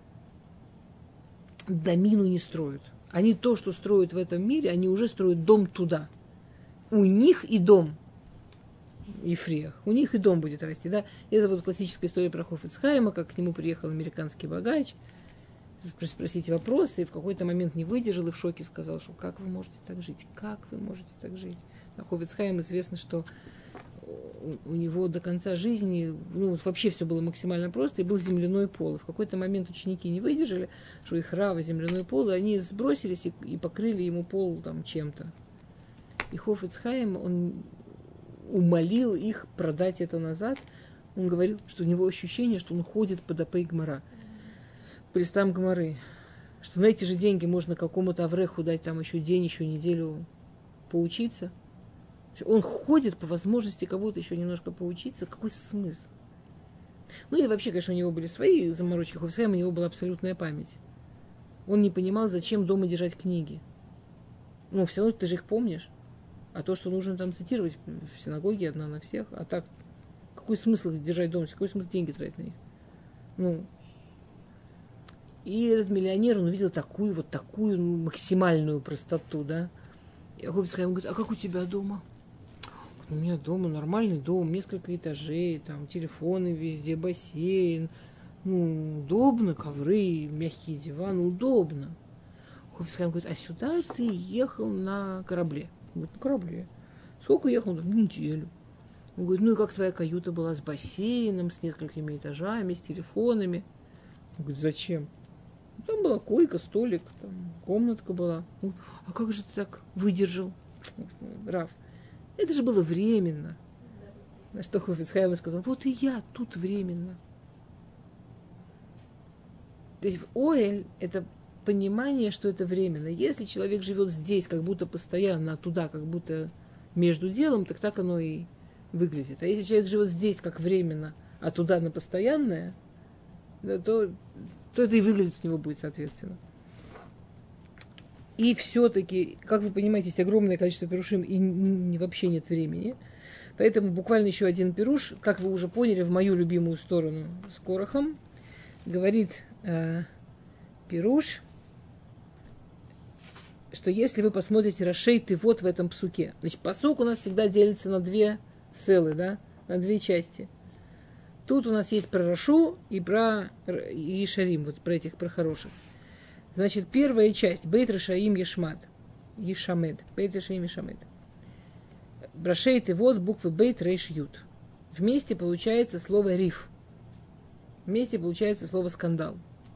домину не строят. Они то, что строят в этом мире, они уже строят дом туда. У них и дом. Ефреях. У них и дом будет расти. Да? Это вот классическая история про Хофец Хаима, как к нему приехал американский богач, спросить вопросы, и в какой-то момент не выдержал и в шоке сказал, что как вы можете так жить? Как вы можете так жить? А Хофец Хаим известно, что у него до конца жизни, ну, вот вообще все было максимально просто, и был земляной пол. И в какой-то момент ученики не выдержали, что их рава земляной пол, и они сбросились и, и покрыли ему пол там чем-то. И Хофец Хаим, он умолил их продать это назад. Он говорил, что у него ощущение, что он ходит под апей гмара, по листам гмары, что на эти же деньги можно какому-то авреху дать там еще день, еще неделю поучиться. Он ходит по возможности кого-то еще немножко поучиться. Какой смысл? Ну и вообще, конечно, у него были свои заморочки. Хофец Хаим, у него была абсолютная память. Он не понимал, зачем дома держать книги. Ну, все равно ты же их помнишь. А то, что нужно там цитировать в синагоге, одна на всех. А так, какой смысл их держать дома? Какой смысл деньги тратить на них? Ну, и этот миллионер, он увидел такую вот такую ну, максимальную простоту, да. И Хофец Хаим говорит, а как у тебя дома? У меня дома нормальный дом, несколько этажей, там телефоны везде, бассейн. Ну, удобно, ковры, мягкие диваны, удобно. Хофец Хаим говорит, а сюда ты ехал на корабле? Он говорит, на корабле. Сколько ехал? Неделю. Он говорит, ну и как твоя каюта была с бассейном, с несколькими этажами, с телефонами? Он говорит, зачем? Там была койка, столик, там комнатка была. Он, а как же ты так выдержал? Рав, это же было временно. На что Хофец Хаим сказал, вот и я тут временно. То есть Оэль – это понимание, что это временно. Если человек живет здесь, как будто постоянно, а туда, как будто между делом, так так оно и выглядит. А если человек живет здесь, как временно, а туда на постоянное, да, то, то это и выглядит у него будет соответственно. И все-таки, как вы понимаете, есть огромное количество пирушим, и не, вообще нет времени. Поэтому буквально еще один пируш, как вы уже поняли, в мою любимую сторону с Корахом, говорит э, пируш, что если вы посмотрите Рашей Тывот в этом псуке, значит, пасук у нас всегда делится на две селы, да, на две части. Тут у нас есть про Рашу и про Ишарим, вот про этих, про хороших. Значит, первая часть, Бейт Рашаим Ешмат, Ешамед, Бейт Рашаим Ешамед. Рашей Тывот, буквы Бейт Рейш Ют. Вместе получается слово риф. Вместе получается слово скандал.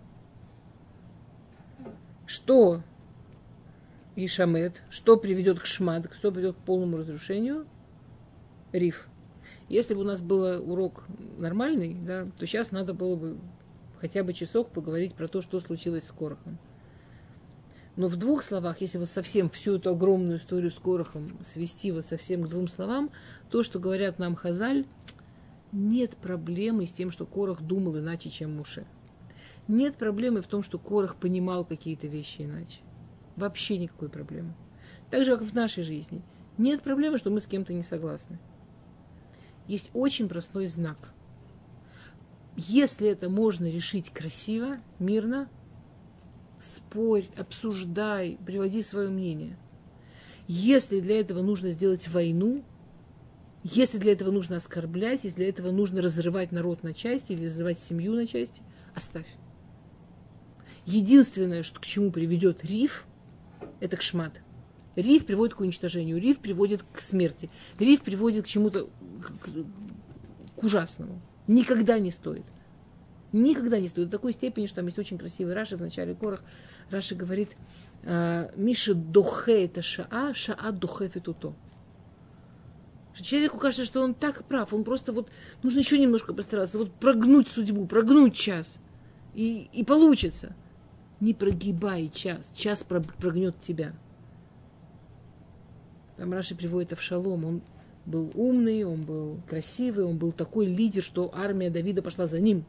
Что Ишамед, что приведет к шмад, что приведет к полному разрушению? Риф. Если бы у нас был урок нормальный, да, то сейчас надо было бы хотя бы часок поговорить про то, что случилось с Корахом. Но в двух словах, если вот совсем всю эту огромную историю с Корахом свести вот совсем к двум словам, то, что говорят нам Хазаль, нет проблемы с тем, что Корах думал иначе, чем Моше. Нет проблемы в том, что Корах понимал какие-то вещи иначе. Вообще никакой проблемы. Так же, как в нашей жизни. Нет проблемы, что мы с кем-то не согласны. Есть очень простой знак. Если это можно решить красиво, мирно, спорь, обсуждай, приводи свое мнение. Если для этого нужно сделать войну, если для этого нужно оскорблять, если для этого нужно разрывать народ на части или разрывать семью на части, оставь. Единственное, что к чему приведет риф, это к шмат. Риф приводит к уничтожению, риф приводит к смерти, риф приводит к чему-то, к, к ужасному. Никогда не стоит. Никогда не стоит. До такой степени, что там есть очень красивый Раши в начале Корах. Раши говорит, Миша дохе это шаа, шаа дохеф это то. Человеку кажется, что он так прав, он просто вот, нужно еще немножко постараться, вот прогнуть судьбу, прогнуть час, и, и получится. Не прогибай час, час прогнет тебя. Там Раши приводит Авшалом, он был умный, он был красивый, он был такой лидер, что армия Давида пошла за ним.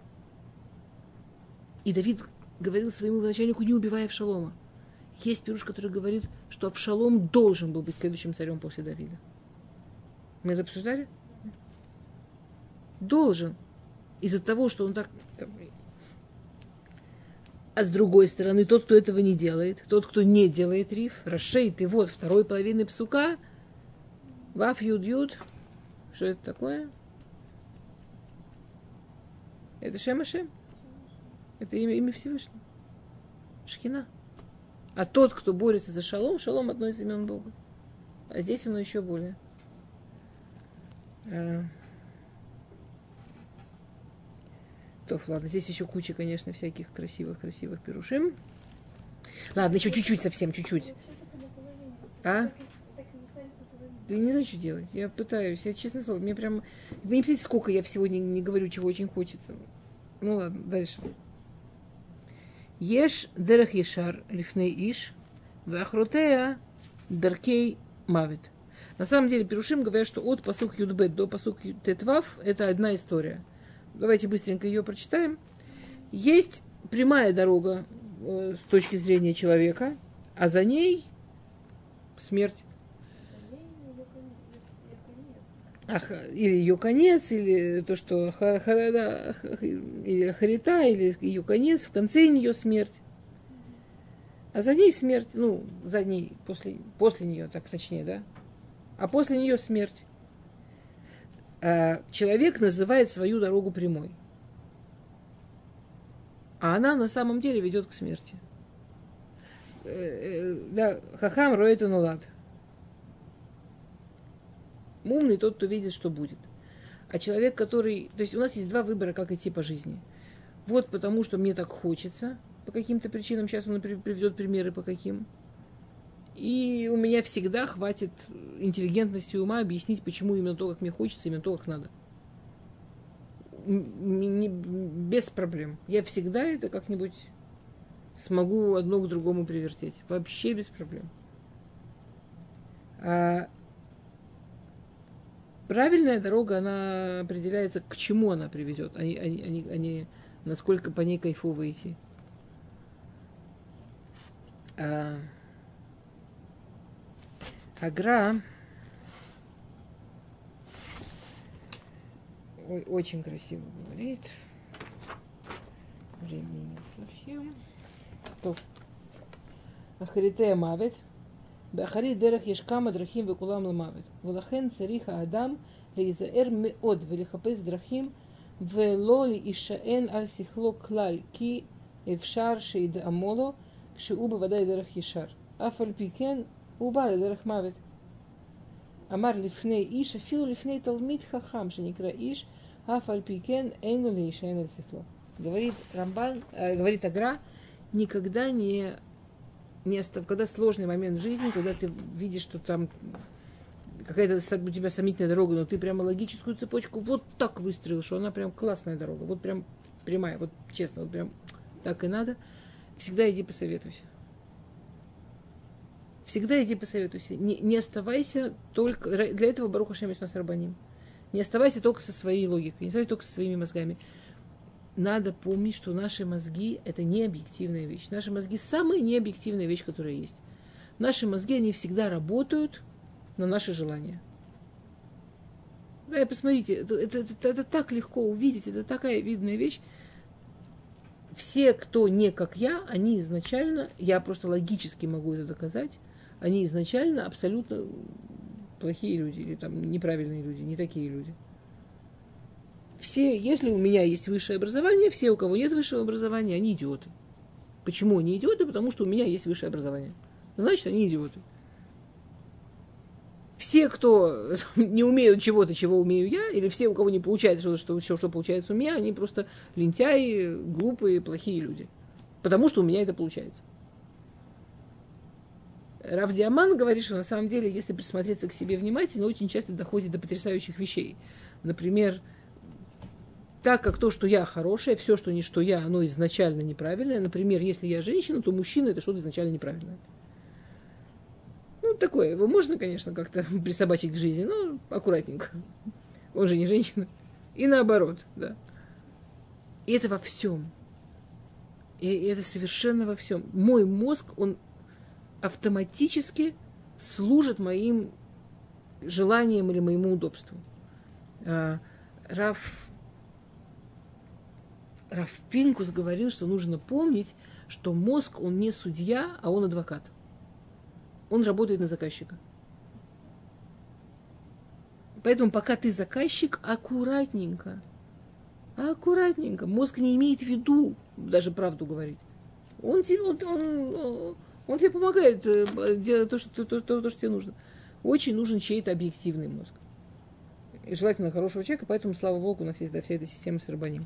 И Давид говорил своему начальнику, не убивай Авшалома. Есть пируш, который говорит, что Авшалом должен был быть следующим царем после Давида. Мы это обсуждали? Должен. Из-за того, что он так... А с другой стороны, тот, кто этого не делает, тот, кто не делает риф, расшеет, и вот второй половины псука, ваф юд юд. Что это такое? Это Шем Ашем. Это имя, имя Всевышнего. Шхина. А тот, кто борется за шалом, шалом одно из имен Бога. А здесь оно еще более. А... То, ладно, здесь еще куча, конечно, всяких красивых-красивых пирушим. Ладно, еще чуть-чуть совсем, чуть-чуть. А? Я не знаю, что делать. Я пытаюсь, я честно слово, мне прям... Вы не представляете, сколько я сегодня не говорю, чего очень хочется. Ну ладно, дальше. Еш дерех ешар лифней иш, вахротея даркей мавит. На самом деле, пирушим говорят, что от пасук юдбет до пасук тетвав это одна история. Давайте быстренько ее прочитаем. Есть прямая дорога э, с точки зрения человека, а за ней смерть. Ах, или ее конец, или то, что харада, или харита, или ее конец, в конце нее смерть. А за ней смерть, ну, за ней, после, после нее, так точнее, да? А после нее смерть. А человек называет свою дорогу прямой. А она на самом деле ведет к смерти. Да, хахам роет нулад. Умный тот, кто видит, что будет. А человек, который... То есть у нас есть два выбора, как идти по жизни. Вот потому, что мне так хочется, по каким-то причинам, сейчас он приведет примеры, по каким. И у меня всегда хватит интеллигентности ума объяснить, почему именно то, как мне хочется, именно то, как надо. Не, без проблем. Я всегда это как-нибудь смогу одно к другому привертеть. Вообще без проблем. А правильная дорога, она определяется, к чему она приведет, а не, а не, а не насколько по ней кайфово идти. А, Агра ой, очень красиво говорит. Времени нет совсем. То. Ахаритея мавет. באחרי דרך יש כמה דרכים וכולם למוות. ולכן צריך האדם להיזהר מאוד ולחפש דרכים ולא להישען על שכלו כלל, כי אפשר שידאמו לו כשהוא בוודאי דרך ישר. אף על פי כן הוא בא לדרך מוות. אמר לפני איש, אפילו לפני תלמיד חכם שנקרא איש, אף על פי כן אין לו להישען על שכלו. говорит Рамбан, говорит Агра, никогда не Не остав... Когда сложный момент в жизни, когда ты видишь, что там какая-то у тебя сомнительная дорога, но ты прямо логическую цепочку вот так выстроил, что она прям классная дорога, вот прям прямая, вот честно, вот прям так и надо. Всегда иди посоветуйся. Всегда иди посоветуйся. Не, не оставайся только... Для этого Барух Ашем есть у нас рабаним. Не оставайся только со своей логикой, не оставайся только со своими мозгами. Надо помнить, что наши мозги – это не объективная вещь. Наши мозги – самая необъективная вещь, которая есть. Наши мозги, они всегда работают на наши желания. Да, и посмотрите, это, это, это, это так легко увидеть, это такая видная вещь. Все, кто не как я, они изначально, я просто логически могу это доказать, они изначально абсолютно плохие люди, или там неправильные люди, не такие люди. Все, если у меня есть высшее образование, все, у кого нет высшего образования, они идиоты. Почему они идиоты? Потому что у меня есть высшее образование. Значит, они идиоты. все, кто не умеют чего-то, чего умею я, или все, у кого не получается что-то, что, что, что получается у меня, они просто лентяи, глупые, плохие люди. Потому что у меня это получается. Рав Диаман говорит, что на самом деле, если присмотреться к себе внимательно, очень часто доходит до потрясающих вещей. Например, так как то, что я хорошая, все, что не что я, оно изначально неправильное. Например, если я женщина, то мужчина – это что-то изначально неправильное. Ну, такое. Его можно, конечно, как-то присобачить к жизни, но аккуратненько. Он же не женщина. И наоборот, да. И это во всем. И это совершенно во всем. Мой мозг, он автоматически служит моим желаниям или моему удобству. А, Раф, Раф Пинкус говорил, что нужно помнить, что мозг, он не судья, а он адвокат. Он работает на заказчика. Поэтому пока ты заказчик, аккуратненько. Аккуратненько. Мозг не имеет в виду даже правду говорить. Он тебе, он, он, он тебе помогает делать то что, то, то, то, что тебе нужно. Очень нужен чей-то объективный мозг. И желательно хорошего человека, поэтому, слава богу, у нас есть, да, вся эта система с Рабаним.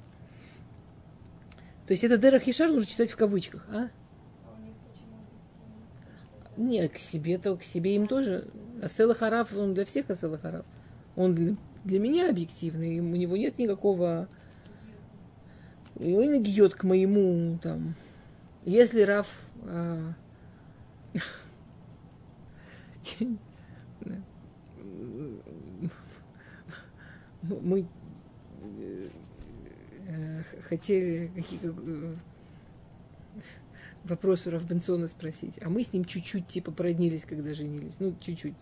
То есть это Дерах Ешар нужно читать в кавычках, а? Нет, к себе-то, к себе им тоже. Асела Хараф, он для всех Асела Хараф. Он для, для меня объективный, у него нет никакого... У него не гьет к моему, там... Если Раф... А... Мы хотели вопрос у Рав Бенсона спросить, а мы с ним чуть-чуть типа породнились, когда женились. Ну, чуть-чуть.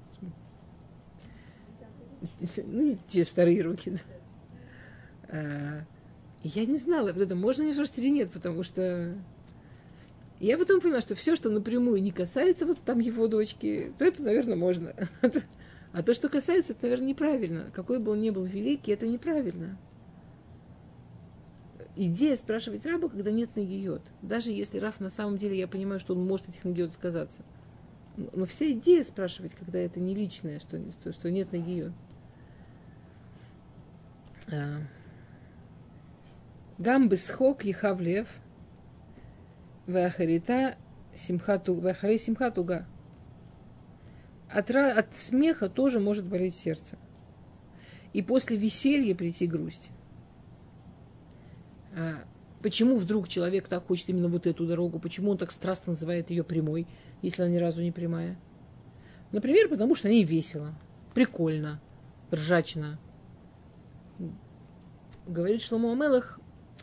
Ну, через вторые руки, да. А, я не знала, вот это можно мне слушать или нет, потому что я потом поняла, что все, что напрямую не касается вот там его дочки, то это, наверное, можно. А то, что касается, это, наверное, неправильно. Какой бы он ни был великий, это неправильно. Идея спрашивать раба, когда нет нагиот. Даже если Раф на самом деле, я понимаю, что он может этих нагиот отказаться. Но вся идея спрашивать, когда это не личное, что, что нет нагиот. Гам бесхок ехавлев вахарита симхату вахари симхатуга. От, от смеха тоже может болеть сердце. И после веселья прийти грусть. А почему вдруг человек так хочет именно вот эту дорогу? Почему он так страстно называет ее прямой, если она ни разу не прямая? Например, потому что на ней весело, прикольно, ржачно. Говорит Шломо Амелах,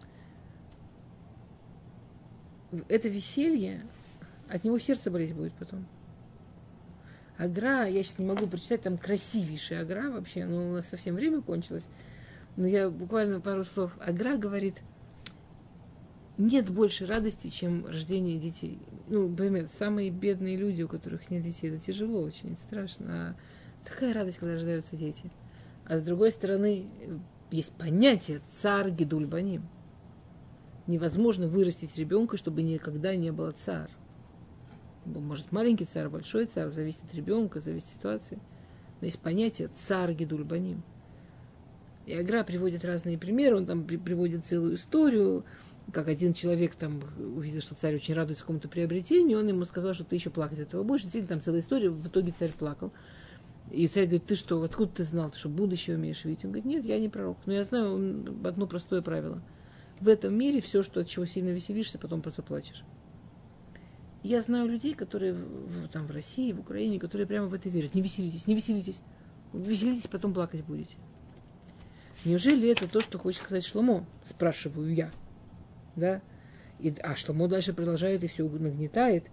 это веселье, от него сердце болеть будет потом. Агра, я сейчас не могу прочитать, там красивейшая Агра вообще, но у нас совсем время кончилось. Но я буквально пару слов. Агра говорит, нет больше радости, чем рождение детей. Ну, поймет, самые бедные люди, у которых нет детей, это тяжело очень, это страшно. А такая радость, когда рождаются дети. А с другой стороны, есть понятие цар гидуль баним. Невозможно вырастить ребенка, чтобы никогда не было цар. Может, маленький царь, большой царь, зависит от ребенка, зависит от ситуации. Но есть понятие цар гидуль баним. И Агра приводит разные примеры, он там приводит целую историю, как один человек там увидел, что царь очень радуется какому-то приобретению, он ему сказал, что ты еще плакать от этого будешь. Действительно, там целая история, в итоге царь плакал. И царь говорит, ты что, откуда ты знал, ты что, будущее умеешь видеть? Он говорит, нет, я не пророк, но я знаю одно простое правило. В этом мире все, что, от чего сильно веселишься, потом просто плачешь. Я знаю людей, которые в, там, в России, в Украине, которые прямо в это верят. Не веселитесь, не веселитесь. Веселитесь, потом плакать будете. Неужели это то, что хочет сказать Шломо? Спрашиваю я. Да? И, а Шломо дальше продолжает и все нагнетает.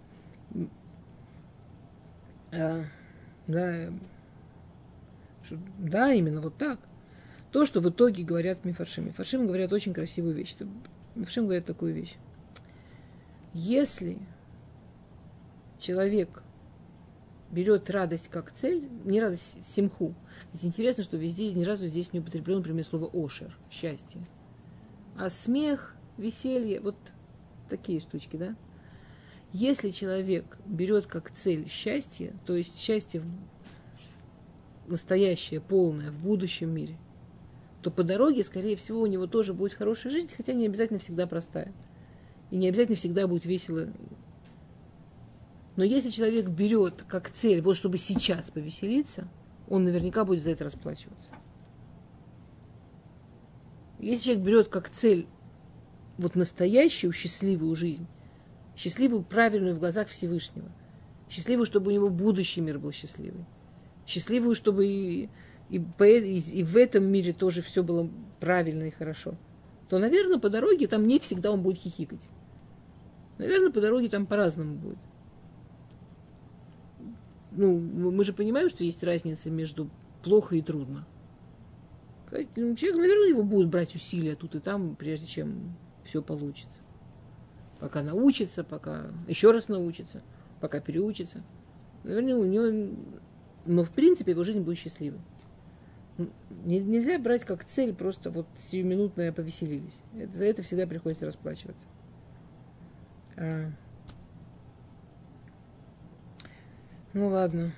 А, да, что, да, именно вот так. То, что в итоге говорят мифаршим. Мифаршим говорят очень красивую вещь. Мифаршим говорят такую вещь. Если человек берет радость как цель, не радость, симху. Ведь интересно, что везде ни разу здесь не употреблено, например, слово ошер, счастье. А смех, веселье, вот такие штучки, да? Если человек берет как цель счастье, то есть счастье настоящее, полное, в будущем мире, то по дороге, скорее всего, у него тоже будет хорошая жизнь, хотя не обязательно всегда простая. И не обязательно всегда будет весело. Но если человек берет как цель, вот чтобы сейчас повеселиться, он наверняка будет за это расплачиваться. Если человек берет как цель вот настоящую счастливую жизнь, счастливую, правильную в глазах Всевышнего, счастливую, чтобы у него будущий мир был счастливый, счастливую, чтобы и, и, и, и в этом мире тоже все было правильно и хорошо, то, наверное, по дороге там не всегда он будет хихикать. Наверное, по дороге там по-разному будет. Ну, мы же понимаем, что есть разница между плохо и трудно. Человек, наверное, его будут брать усилия тут и там, прежде чем все получится. Пока научится, пока еще раз научится, пока переучится. Наверное, у него... Но, в принципе, его жизнь будет счастливой. Нельзя брать как цель просто вот сиюминутное повеселились. Это, за это всегда приходится расплачиваться. А... Ну, ладно.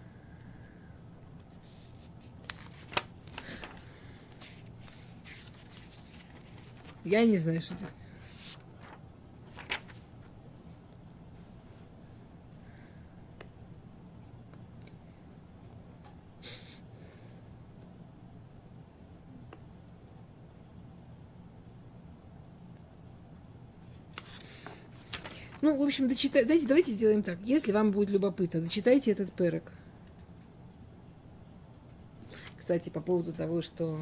Я не знаю, что это. Ну, в общем, дочитай, давайте, давайте сделаем так. Если вам будет любопытно, дочитайте этот перек. Кстати, по поводу того, что...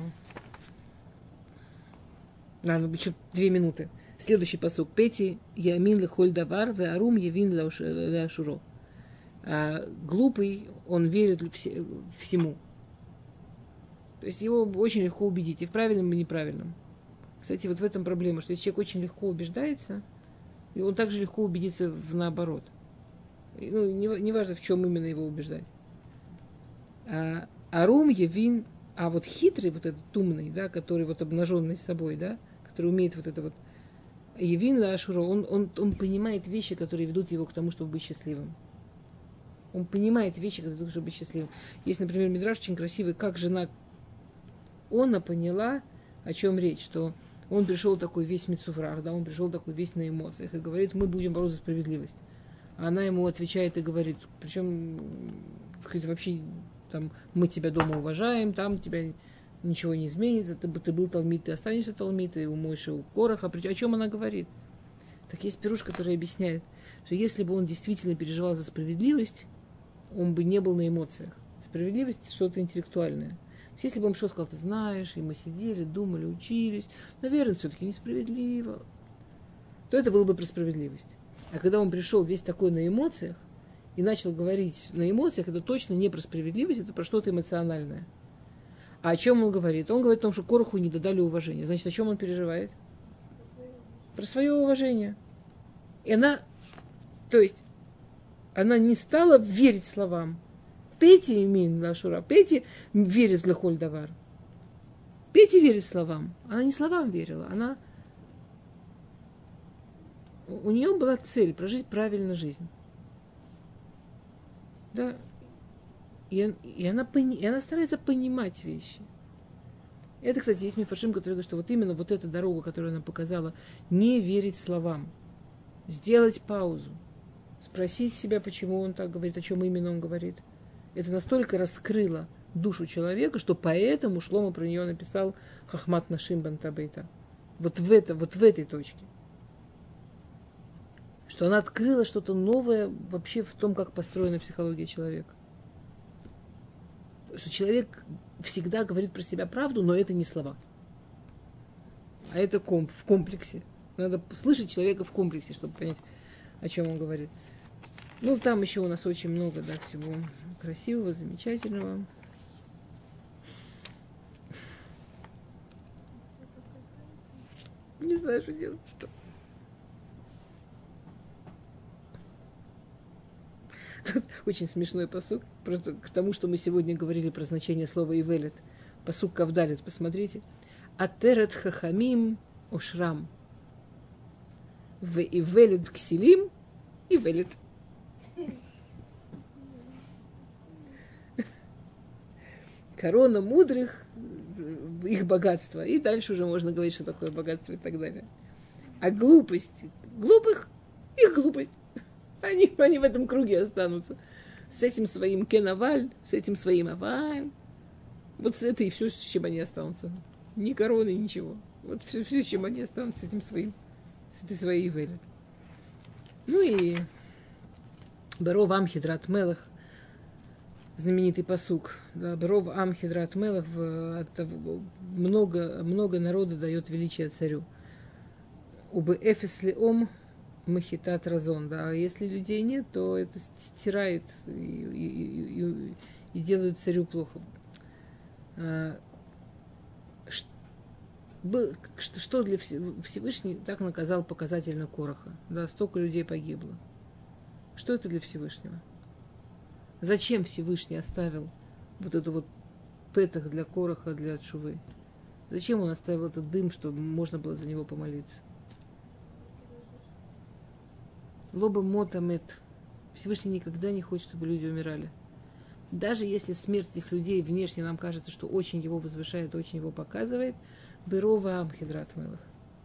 Надо еще две минуты. Следующий пасук. Пети ямин лехоль давар, веарум явин леашуро. Глупый, он верит всему. То есть его очень легко убедить, и в правильном, и неправильном. Кстати, вот в этом проблема, что если человек очень легко убеждается, и он также легко убедится в наоборот. И, ну, не, не важно, в чем именно его убеждать. А, арум явин, а вот хитрый, вот этот умный, да, который вот обнаженный собой, да, который умеет вот это вот явин ла ашуро, он, он, он понимает вещи, которые ведут его к тому, чтобы быть счастливым. Он понимает вещи, которые ведут, чтобы быть счастливым. Есть, например, мидраш очень красивый, как жена Она поняла, о чем речь, что он пришел такой весь мицуфрах, да, он пришел такой весь на эмоциях и говорит, мы будем бороться за справедливость. А она ему отвечает и говорит, причем вообще там, мы тебя дома уважаем, там тебя ничего не изменится, ты, ты был талмид, ты останешься талмид, ты умоешь у короха. О чем она говорит? Так есть пируш, который объясняет, что если бы он действительно переживал за справедливость, он бы не был на эмоциях. Справедливость – что-то интеллектуальное. Если бы он пришел и сказал, ты знаешь, и мы сидели, думали, учились, наверное, все-таки несправедливо, то это было бы про справедливость. А когда он пришел весь такой на эмоциях и начал говорить на эмоциях, это точно не про справедливость, это про что-то эмоциональное. А о чем он говорит? Он говорит о том, что Короху не додали уважения. Значит, о чем он переживает? Про свое уважение. И она, то есть, она не стала верить словам. Пейте имин лашура, Пейте верит в лехоль давар. Пейте верит словам. Она не словам верила, она... У нее была цель прожить правильно жизнь. Да. И, и, она, и она старается понимать вещи. Это, кстати, есть мифашим, который говорит, что вот именно вот эта дорога, которую она показала, не верить словам, сделать паузу, спросить себя, почему он так говорит, о чем именно он говорит. Это настолько раскрыло душу человека, что поэтому Шломо про нее написал Хахмат Нашим Бантабейта. Вот в, это, вот в этой точке. Что она открыла что-то новое вообще в том, как построена психология человека. Что человек всегда говорит про себя правду, но это не слова. А это комп, в комплексе. Надо слышать человека в комплексе, чтобы понять, о чем он говорит. Ну, там еще у нас очень много, да, всего красивого, замечательного. Не знаю, что делать. Что? Тут очень смешной пасук, просто к тому, что мы сегодня говорили про значение слова «ивелет». Пасук Кавдалет, посмотрите. «Атерет хахамим ошрам». «В ивелет ксилим ивелет». корона мудрых, их богатство. И дальше уже можно говорить, что такое богатство и так далее. А глупость глупых, их глупость. Они, они в этом круге останутся. С этим своим кенаваль, с этим своим аваль. Вот с этой и все, с чем они останутся. Ни короны, ничего. Вот все, все, с чем они останутся, с этим своим, с этой своей ивелет. Ну и Беров Ам Хидрат Мелах, знаменитый пасук. Да, Беров Ам Хидрат Мелах, много, много народа дает величие царю. Убы эфес леом махитат разон. Да, а если людей нет, то это стирает и, и, и, и делает царю плохо. Что для Всевышний так наказал показательно Кораха? Да, столько людей погибло. Что это для Всевышнего? Зачем Всевышний оставил вот эту вот петах для Кораха, для Тшувы? Зачем он оставил этот дым, чтобы можно было за него помолиться? Лоба мотамет. Всевышний никогда не хочет, чтобы люди умирали. Даже если смерть этих людей внешне нам кажется, что очень его возвышает, очень его показывает, Берова Амхидрат Мелах.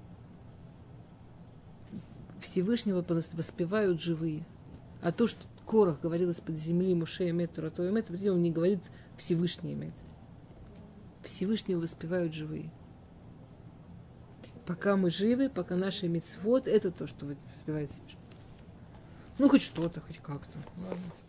Всевышнего воспевают живые. А то, что Корах говорил из-под земли Моше Эмет, Тора То Эмет, он не говорит Всевышний Эмет. Всевышнего воспевают живые. Пока мы живы, пока наши мицвот, это то, что воспевает Всевышний. Ну, хоть что-то, хоть как-то. Ладно.